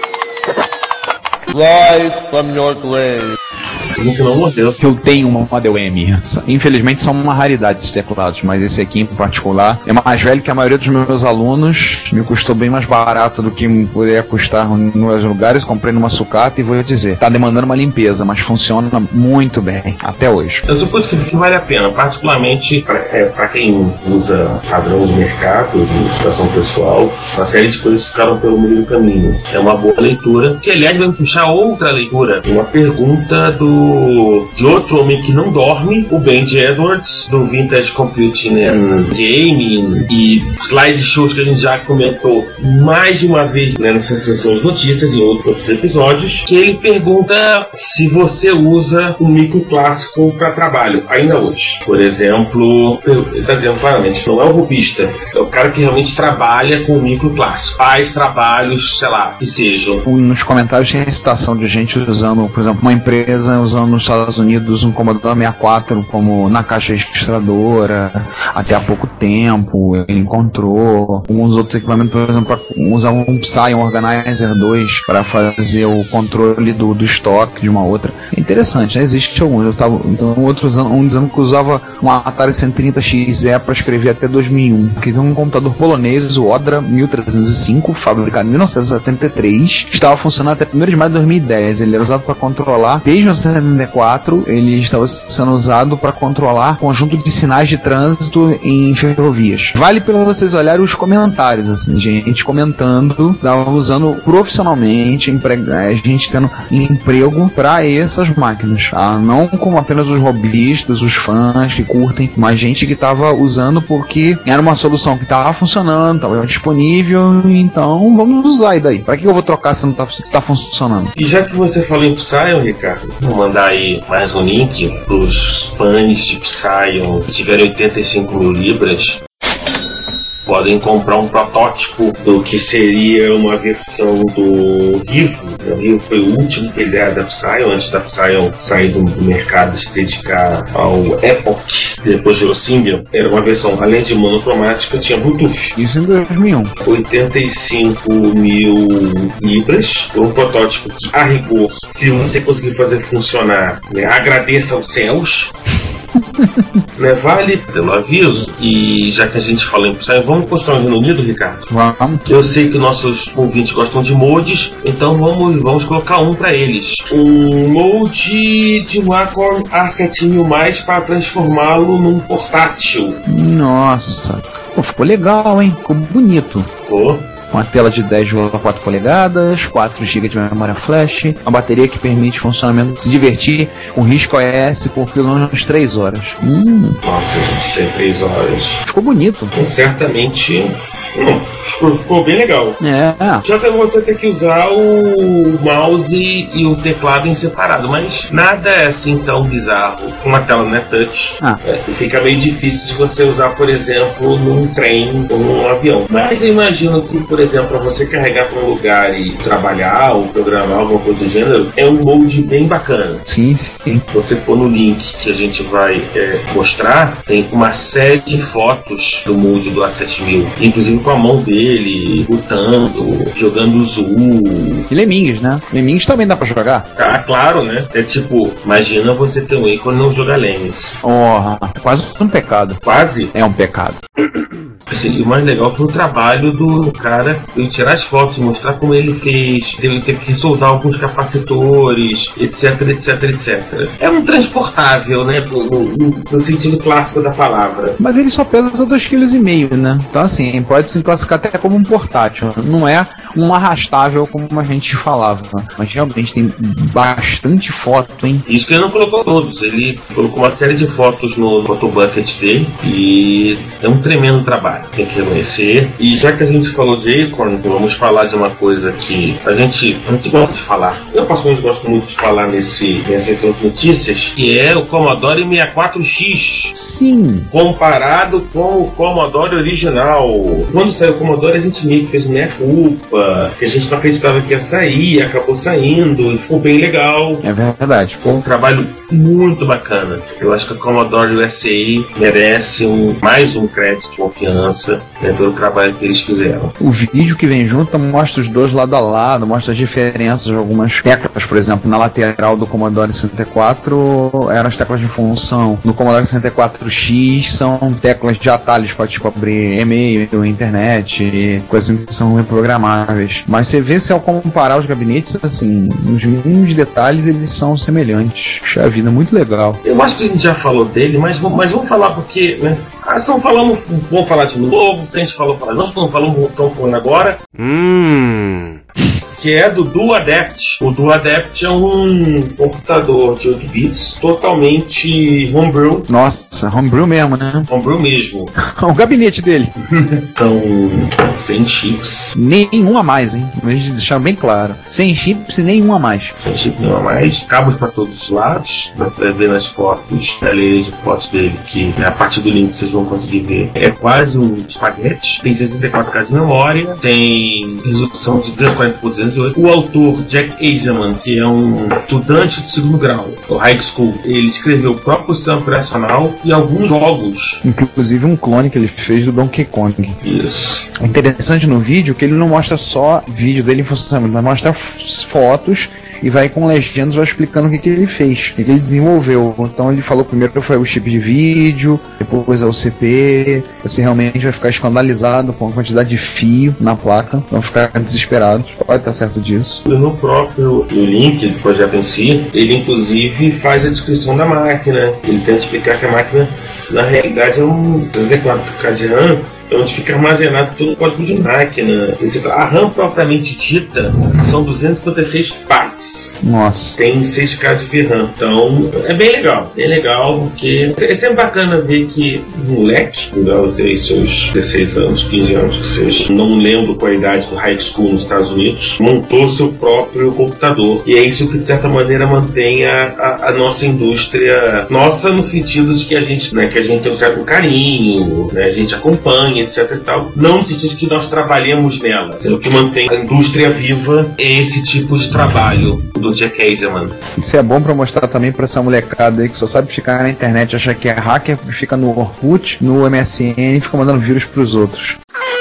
Rise from your grave. Que não morreu. Eu tenho uma Model M. Infelizmente são uma raridade esses teclados, mas esse aqui em particular é mais velho que a maioria dos meus alunos. Me custou bem mais barato do que poderia custar nos lugares. Comprei numa sucata e vou dizer, tá demandando uma limpeza, mas funciona muito bem, até hoje. Eu suponho que vale a pena, particularmente para é, quem usa padrão de mercado, de educação pessoal, uma série de coisas ficaram pelo meio do caminho. É uma boa leitura, que aliás vai puxar outra leitura, uma pergunta do do de outro homem que não dorme, o Benji Edwards, do Vintage Computing and Gaming e slideshows que a gente já comentou mais de uma vez, né, nessa sessão de notícias e outros episódios, que ele pergunta se você usa o micro clássico para trabalho, ainda hoje. Por exemplo, ele está dizendo claramente que não é o robista, é o cara que realmente trabalha com o micro clássico, faz trabalhos, sei lá, que sejam. Nos comentários tem a citação de gente usando, por exemplo, uma empresa usando nos Estados Unidos um Commodore sessenta e quatro como na caixa registradora, até há pouco tempo ele encontrou alguns outros equipamentos, por exemplo, para usar um Psi, um Organizer dois para fazer o controle do, do estoque de uma outra. É interessante, né? Existe alguns. Eu tava, então, outro usando, um dizendo que usava um Atari cento e trinta X E para escrever até dois mil e um, que tem um computador polonês, o Odra mil trezentos e cinco, fabricado em mil novecentos e setenta e três, estava funcionando até primeiro de maio de dois mil e dez. Ele era usado para controlar, desde mil novecentos e setenta e quatro, ele estava sendo usado para controlar conjunto de sinais de trânsito em ferrovias. Vale para vocês olharem os comentários, assim, gente comentando, estava usando profissionalmente, emprega, gente tendo emprego para essas máquinas, tá? Não como apenas os hobbyistas, os fãs que curtem, mas gente que estava usando porque era uma solução que estava funcionando, estava disponível, então vamos usar aí daí. Para que eu vou trocar se não está tá funcionando? E já que você falou em Psion, Ricardo, vou mandar aí mais um link para os fãs de Psion que tiverem oitenta e cinco mil libras. Podem comprar um protótipo do que seria uma versão do Rivo. O Rivo foi o último que ele era da Psion, antes da Psion sair do, do mercado e se dedicar ao Epoch, que depois virou Symbian. Era uma versão, além de monocromática, tinha Bluetooth. Isso em dois mil e um. oitenta e cinco mil libras, por um protótipo que, a rigor, se você conseguir fazer funcionar, né, agradeça aos céus. Né, vale pelo aviso. E já que a gente falou em Psion, vamos postar no Reino Unido, Ricardo? Vamos. Eu sei que nossos ouvintes gostam de mods, então vamos, vamos colocar um para eles. Um mod de um Acorn A sete mil mais para transformá-lo num portátil. Nossa, pô, ficou legal, hein? Ficou bonito. Ficou. Uma tela de dez vírgula quatro polegadas, quatro gigas de memória flash, uma bateria que permite funcionamento se divertir com risco O S por pelo menos três horas. Hum. Nossa, a gente tem três horas. Ficou bonito. Então, certamente. Hum, ficou, ficou bem legal. É. Já que você tem que usar o mouse e o teclado em separado, mas nada é assim tão bizarro. Uma tela não é touch. Ah. É, fica meio difícil de você usar, por exemplo, num trem ou num avião. Mas eu imagino que, por exemplo, para você carregar para um lugar e trabalhar ou programar alguma coisa do gênero, é um molde bem bacana. Sim, sim. Se você for no link que a gente vai é, mostrar, tem uma série de fotos do molde do A sete mil, inclusive com a mão dele, lutando, jogando Zul. E Lemmings, né? Lemmings também dá pra jogar? Ah, claro, né? É tipo, imagina você ter um ícone e não jogar Lemmings. Oh, é quase um pecado. Quase? É um pecado. Assim, o mais legal foi o trabalho do cara, ele tirar as fotos e mostrar como ele fez, teve, teve que soldar alguns capacitores, etc, etc, etcétera. É um transportável, né? No, no, no sentido clássico da palavra. Mas ele só pesa dois vírgula cinco quilos, né? Então assim, pode se classificar até como um portátil. Não é um arrastável como a gente falava. Mas realmente tem bastante foto, hein? Isso que ele não colocou todos. Ele colocou uma série de fotos no Photobucket dele e é um tremendo trabalho. Tem que reconhecer. E já que a gente falou de Acorn, vamos falar de uma coisa que a gente, a gente gosta de falar. Eu, pessoalmente, gosto muito de falar nesse, nessa sessão de notícias, que é o Commodore sessenta e quatro X. Sim. Comparado com o Commodore original. Quando saiu o Commodore, a gente meio que fez meia culpa, que a gente não acreditava que ia sair, acabou saindo, e ficou bem legal. É verdade. Ficou um trabalho muito bacana. Eu acho que a Commodore U S A merece um, mais um crédito de confiança, né, pelo trabalho que eles fizeram. O vídeo que vem junto mostra os dois lado a lado, mostra as diferenças de algumas teclas. Por exemplo, na lateral do Commodore sessenta e quatro eram as teclas de função. No Commodore sessenta e quatro X são teclas de atalhos para tipo abrir e-mail, internet, coisas que são reprogramáveis. Mas você vê, se ao comparar os gabinetes, assim, nos mínimos detalhes eles são semelhantes. Puxa vida, muito legal. Eu acho que a gente já falou dele, mas, mas vamos falar porque, né? Ah, estão falando, vamos falar de novo. Se a gente falou, fala, não, estão falando, estão falando agora. Hum. que é do Duadept. O Duadept é um computador de oito bits totalmente homebrew. Nossa, homebrew mesmo, né? Homebrew mesmo. O gabinete dele. São cem chips. Nenhum a mais, hein? A gente deixar bem claro. cem chips e nenhum a mais. cem chips, nenhum a mais. Cabos para todos os lados. Dá pra ver nas fotos, na galeria de fotos dele, que a partir do link vocês vão conseguir ver. É quase um espaguete. Tem sessenta e quatro K de memória. Tem resolução de trezentos e quarenta por duzentos e oito. O autor, Jack Agerman, que é um estudante de segundo grau, o high school, ele escreveu o próprio sistema operacional e alguns jogos. Inclusive um clone que ele fez do Donkey Kong. Isso. É interessante no vídeo que ele não mostra só vídeo dele em funcionamento, mas mostra fotos e vai com legendas, vai explicando o que, que ele fez, o que, que ele desenvolveu. Então ele falou primeiro foi o chip de vídeo, depois é o C P. Você realmente vai ficar escandalizado com a quantidade de fio na placa, vão ficar desesperados, pode estar certo disso. No próprio no link do projeto em si, ele inclusive faz a descrição da máquina. Ele tenta explicar que a máquina na realidade é um sessenta e quatro K de RAM, onde fica armazenado todo o código de máquina. A RAM propriamente dita são duzentos e cinquenta e seis bytes. Nossa. Tem seis K de V RAM. Então é bem legal. Bem legal, porque é sempre bacana ver que um moleque, eu tenho seus dezesseis anos, quinze anos que seja, não lembro qual a idade do high school nos Estados Unidos, montou seu próprio computador. E é isso que de certa maneira mantém a, a, a nossa indústria, nossa no sentido de que a gente, né, que a gente tem um certo carinho, né, a gente acompanha, etc e tal, não no sentido de que nós trabalhemos nela. O que mantém a indústria viva é esse tipo de trabalho do Jack Agerman. Isso é bom pra mostrar também pra essa molecada aí que só sabe ficar na internet, achar que é hacker, fica no Orkut, no M S N e fica mandando vírus pros outros.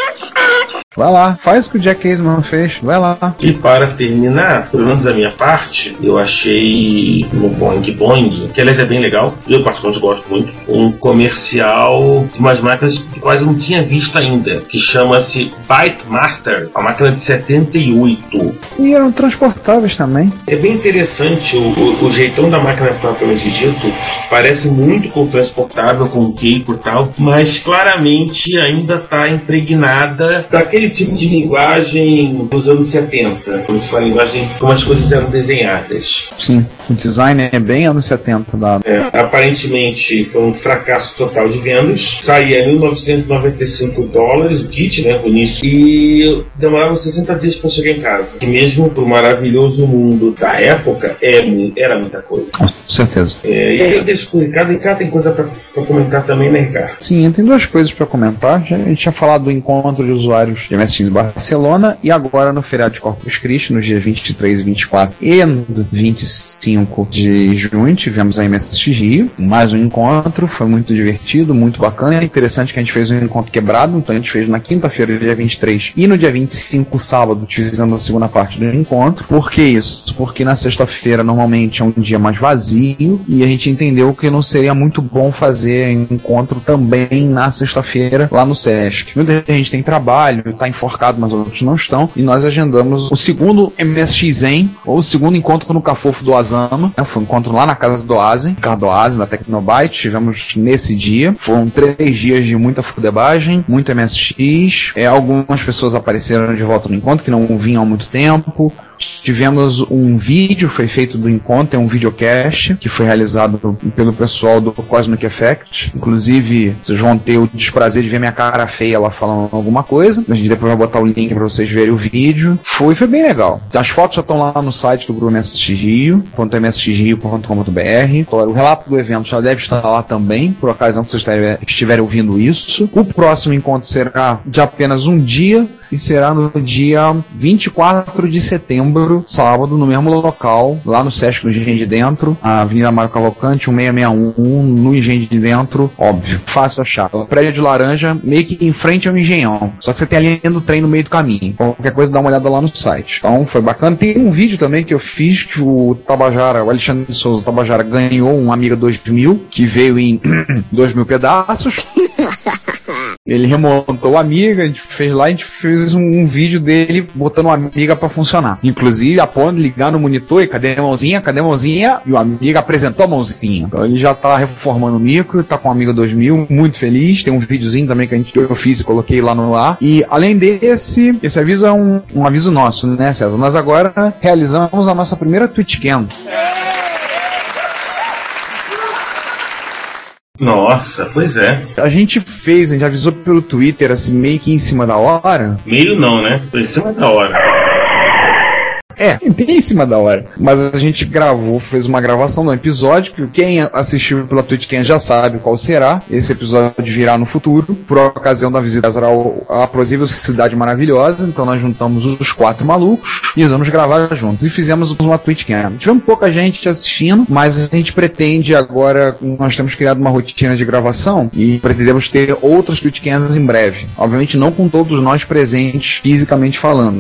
Vai lá, faz o que o Jack Agerman fez, vai lá. E para terminar, pelo menos a minha parte, eu achei no Boing Boing, que aliás é bem legal, eu particularmente gosto muito, um comercial de umas máquinas que quase não tinha visto ainda, que chama-se Byte Master, uma máquina de setenta e oito. E eram transportáveis também. É bem interessante o, o, o jeitão da máquina propriamente dito, parece muito com transportável, com cable e tal, mas claramente ainda está impregnada daquele tipo de linguagem dos anos setenta, como se fala linguagem como as coisas eram desenhadas. Sim, o design é bem anos setenta da... É, aparentemente foi um fracasso total de vendas, saía mil novecentos e noventa e cinco dólares o kit, né, o início, e demorava sessenta dias para chegar em casa, que mesmo pro maravilhoso mundo da época é, era muita coisa. Com certeza. É, e aí eu deixo pro Ricardo, Ricardo tem coisa para comentar também, né, Ricardo? Sim, tem duas coisas para comentar. Já, a gente tinha falado do encontro de usuários de M S X em Barcelona, e agora no feriado de Corpus Christi, nos dias vinte e três e vinte e quatro e vinte e cinco de junho, tivemos a M S X Rio, mais um encontro, foi muito divertido, muito bacana, é interessante que a gente fez um encontro quebrado, então a gente fez na quinta-feira, dia vinte e três, e no dia vinte e cinco, sábado, fizemos a segunda parte do encontro. Por que isso? Porque na sexta-feira normalmente é um dia mais vazio, e a gente entendeu que não seria muito bom fazer encontro também na sexta-feira lá no Sesc. Muita gente tem trabalho, está enforcado, mas outros não estão, e nós agendamos o segundo M S X Zen, ou o segundo encontro no Cafofo do Azama, né? Foi um encontro lá na casa do Azen, Ricardo Azen, da Tecnobyte. Tivemos nesse dia, foram três dias de muita fudebagem, muito M S X, é, algumas pessoas apareceram de volta no encontro que não vinham há muito tempo. Tivemos um vídeo, foi feito do encontro, é um videocast que foi realizado pelo pessoal do Cosmic Effect. Inclusive, vocês vão ter o desprazer de ver minha cara feia lá falando alguma coisa. A gente depois vai botar o link para vocês verem o vídeo. Foi, foi bem legal. As fotos já estão lá no site do grupo M S X Rio, ponto m s x rio ponto com ponto b r. O relato do evento já deve estar lá também, por ocasião que vocês estiverem ouvindo isso. O próximo encontro será de apenas um dia, e será no dia vinte e quatro de setembro, sábado, no mesmo local, lá no Sesc, no Engenho de Dentro, a Avenida Mário Cavalcante, cento e sessenta e um, no Engenho de Dentro, óbvio, fácil achar. O prédio de laranja, meio que em frente ao Engenhão, só que você tem a linha do trem no meio do caminho. Qualquer coisa, dá uma olhada lá no site. Então, foi bacana. Tem um vídeo também que eu fiz, que o Tabajara, o Alexandre de Souza, o Tabajara, ganhou um Amiga dois mil, que veio em dois mil pedaços. Ele remontou o Amiga, a gente fez lá, a gente fez um, um vídeo dele botando o Amiga pra funcionar. Inclusive, após ligar no monitor e cadê a mãozinha, cadê a mãozinha? E o Amiga apresentou a mãozinha. Então ele já tá reformando o micro, tá com o Amiga dois mil, muito feliz. Tem um videozinho também que a gente, eu fiz e coloquei lá no ar. E além desse, esse aviso é um, um aviso nosso, né, César? Nós agora realizamos a nossa primeira TwitchCam. Nossa, pois é. A gente fez, a gente avisou pelo Twitter, assim, meio que em cima da hora. Meio não, né? Foi em cima da hora. É, bem em cima da hora. Mas a gente gravou, fez uma gravação de um episódio que quem assistiu pela TwitchCam já sabe qual será. Esse episódio virá no futuro, por ocasião da visita à aprazível Cidade Maravilhosa. Então nós juntamos os quatro malucos e vamos gravar juntos. E fizemos uma TwitchCam. Tivemos pouca gente assistindo, mas a gente pretende agora, nós temos criado uma rotina de gravação e pretendemos ter outras TwitchCams em breve. Obviamente não com todos nós presentes, fisicamente falando,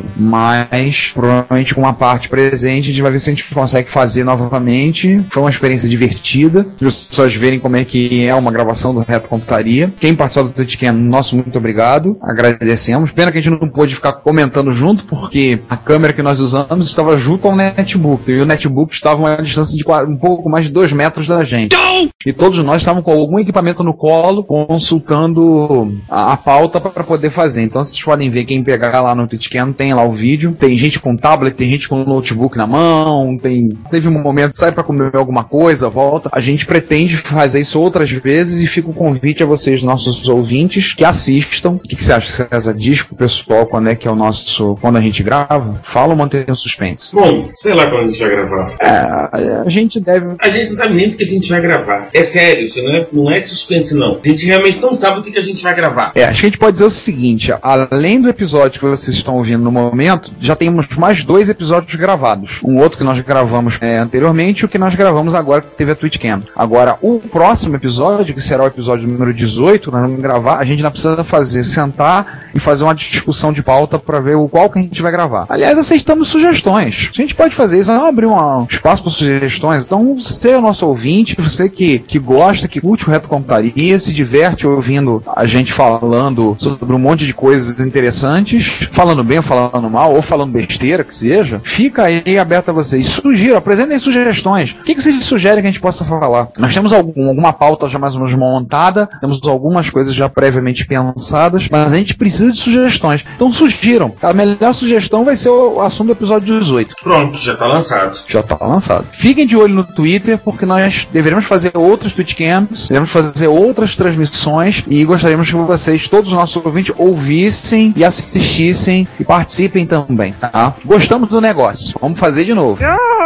mas provavelmente com uma parte presente, a gente vai ver se a gente consegue fazer novamente. Foi uma experiência divertida, as pessoas verem como é que é uma gravação do Retro Computaria. Quem participou do TwitchCam, nosso muito obrigado, agradecemos. Pena que a gente não pôde ficar comentando junto, porque a câmera que nós usamos estava junto ao netbook, e o netbook estava a uma distância de um pouco mais de dois metros da gente. E todos nós estávamos com algum equipamento no colo, consultando a, a pauta para poder fazer. Então vocês podem ver, quem pegar lá no TwitchCam, tem lá o vídeo. Tem gente com tablet, tem gente com o notebook na mão, tem... teve um momento, sai pra comer alguma coisa, volta. A gente pretende fazer isso outras vezes e fica o convite a vocês, nossos ouvintes, que assistam. O que, que você acha, César? Diz pro pessoal quando é que é o nosso... quando a gente grava? Fala ou mantém o suspense? Bom, sei lá quando a gente vai gravar. É, a gente deve... A gente não sabe nem do que a gente vai gravar. É sério, isso não é, não é suspense, não. A gente realmente não sabe o que, que a gente vai gravar. É, acho que a gente pode dizer o seguinte, além do episódio que vocês estão ouvindo no momento, já temos mais dois episódios gravados. Um outro que nós gravamos é, anteriormente e o que nós gravamos agora, que teve a TwitchCam. Agora, o próximo episódio, que será o episódio número dezoito, nós vamos gravar, a gente não precisa fazer, sentar e fazer uma discussão de pauta para ver o qual que a gente vai gravar. Aliás, aceitamos sugestões. A gente pode fazer isso, vamos abrir um espaço para sugestões. Então, você é o nosso ouvinte, você que, que gosta, que curte o Retro Computaria, se diverte ouvindo a gente falando sobre um monte de coisas interessantes, falando bem ou falando mal, ou falando besteira, que seja, fica aí aberto a vocês. Sugiram, apresentem sugestões. O que, que vocês sugerem que a gente possa falar? Nós temos algum, alguma pauta já mais ou menos montada, temos algumas coisas já previamente pensadas, mas a gente precisa de sugestões. Então sugiram. A melhor sugestão vai ser o assunto do episódio dezoito. Pronto, já tá lançado. Já tá lançado. Fiquem de olho no Twitter, porque nós deveremos fazer outras TwitchCams, devemos fazer outras transmissões e gostaríamos que vocês, todos os nossos ouvintes, ouvissem e assistissem e participem também, tá? Gostamos do negócio. Vamos fazer de novo.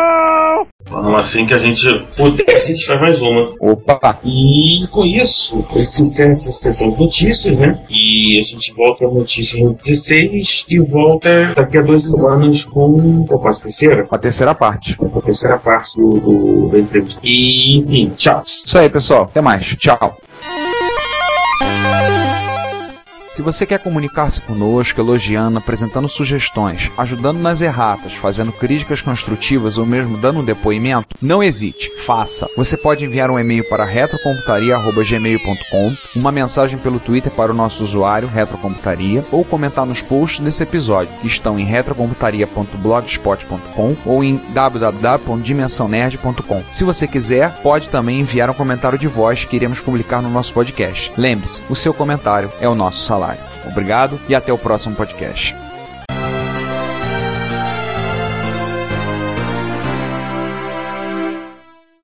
Vamos assim que a gente puder, a gente faz mais uma. Opa! E com isso, a gente encerra essa sessão de notícias, né? E a gente volta a notícia em dezesseis e volta daqui a duas semanas com, com a terceira? Com a terceira parte. Com a terceira parte do, do, da entrevista. E, enfim, tchau. Isso aí, pessoal. Até mais. Tchau. Se você quer comunicar-se conosco, elogiando, apresentando sugestões, ajudando nas erratas, fazendo críticas construtivas ou mesmo dando um depoimento, não hesite, faça. Você pode enviar um e-mail para retrocomputaria arroba gmail ponto com, uma mensagem pelo Twitter para o nosso usuário, Retrocomputaria, ou comentar nos posts desse episódio, que estão em retrocomputaria ponto blogspot ponto com ou em w w w ponto dimensão nerd ponto com. Se você quiser, pode também enviar um comentário de voz que iremos publicar no nosso podcast. Lembre-se, o seu comentário é o nosso salário. Obrigado e até o próximo podcast.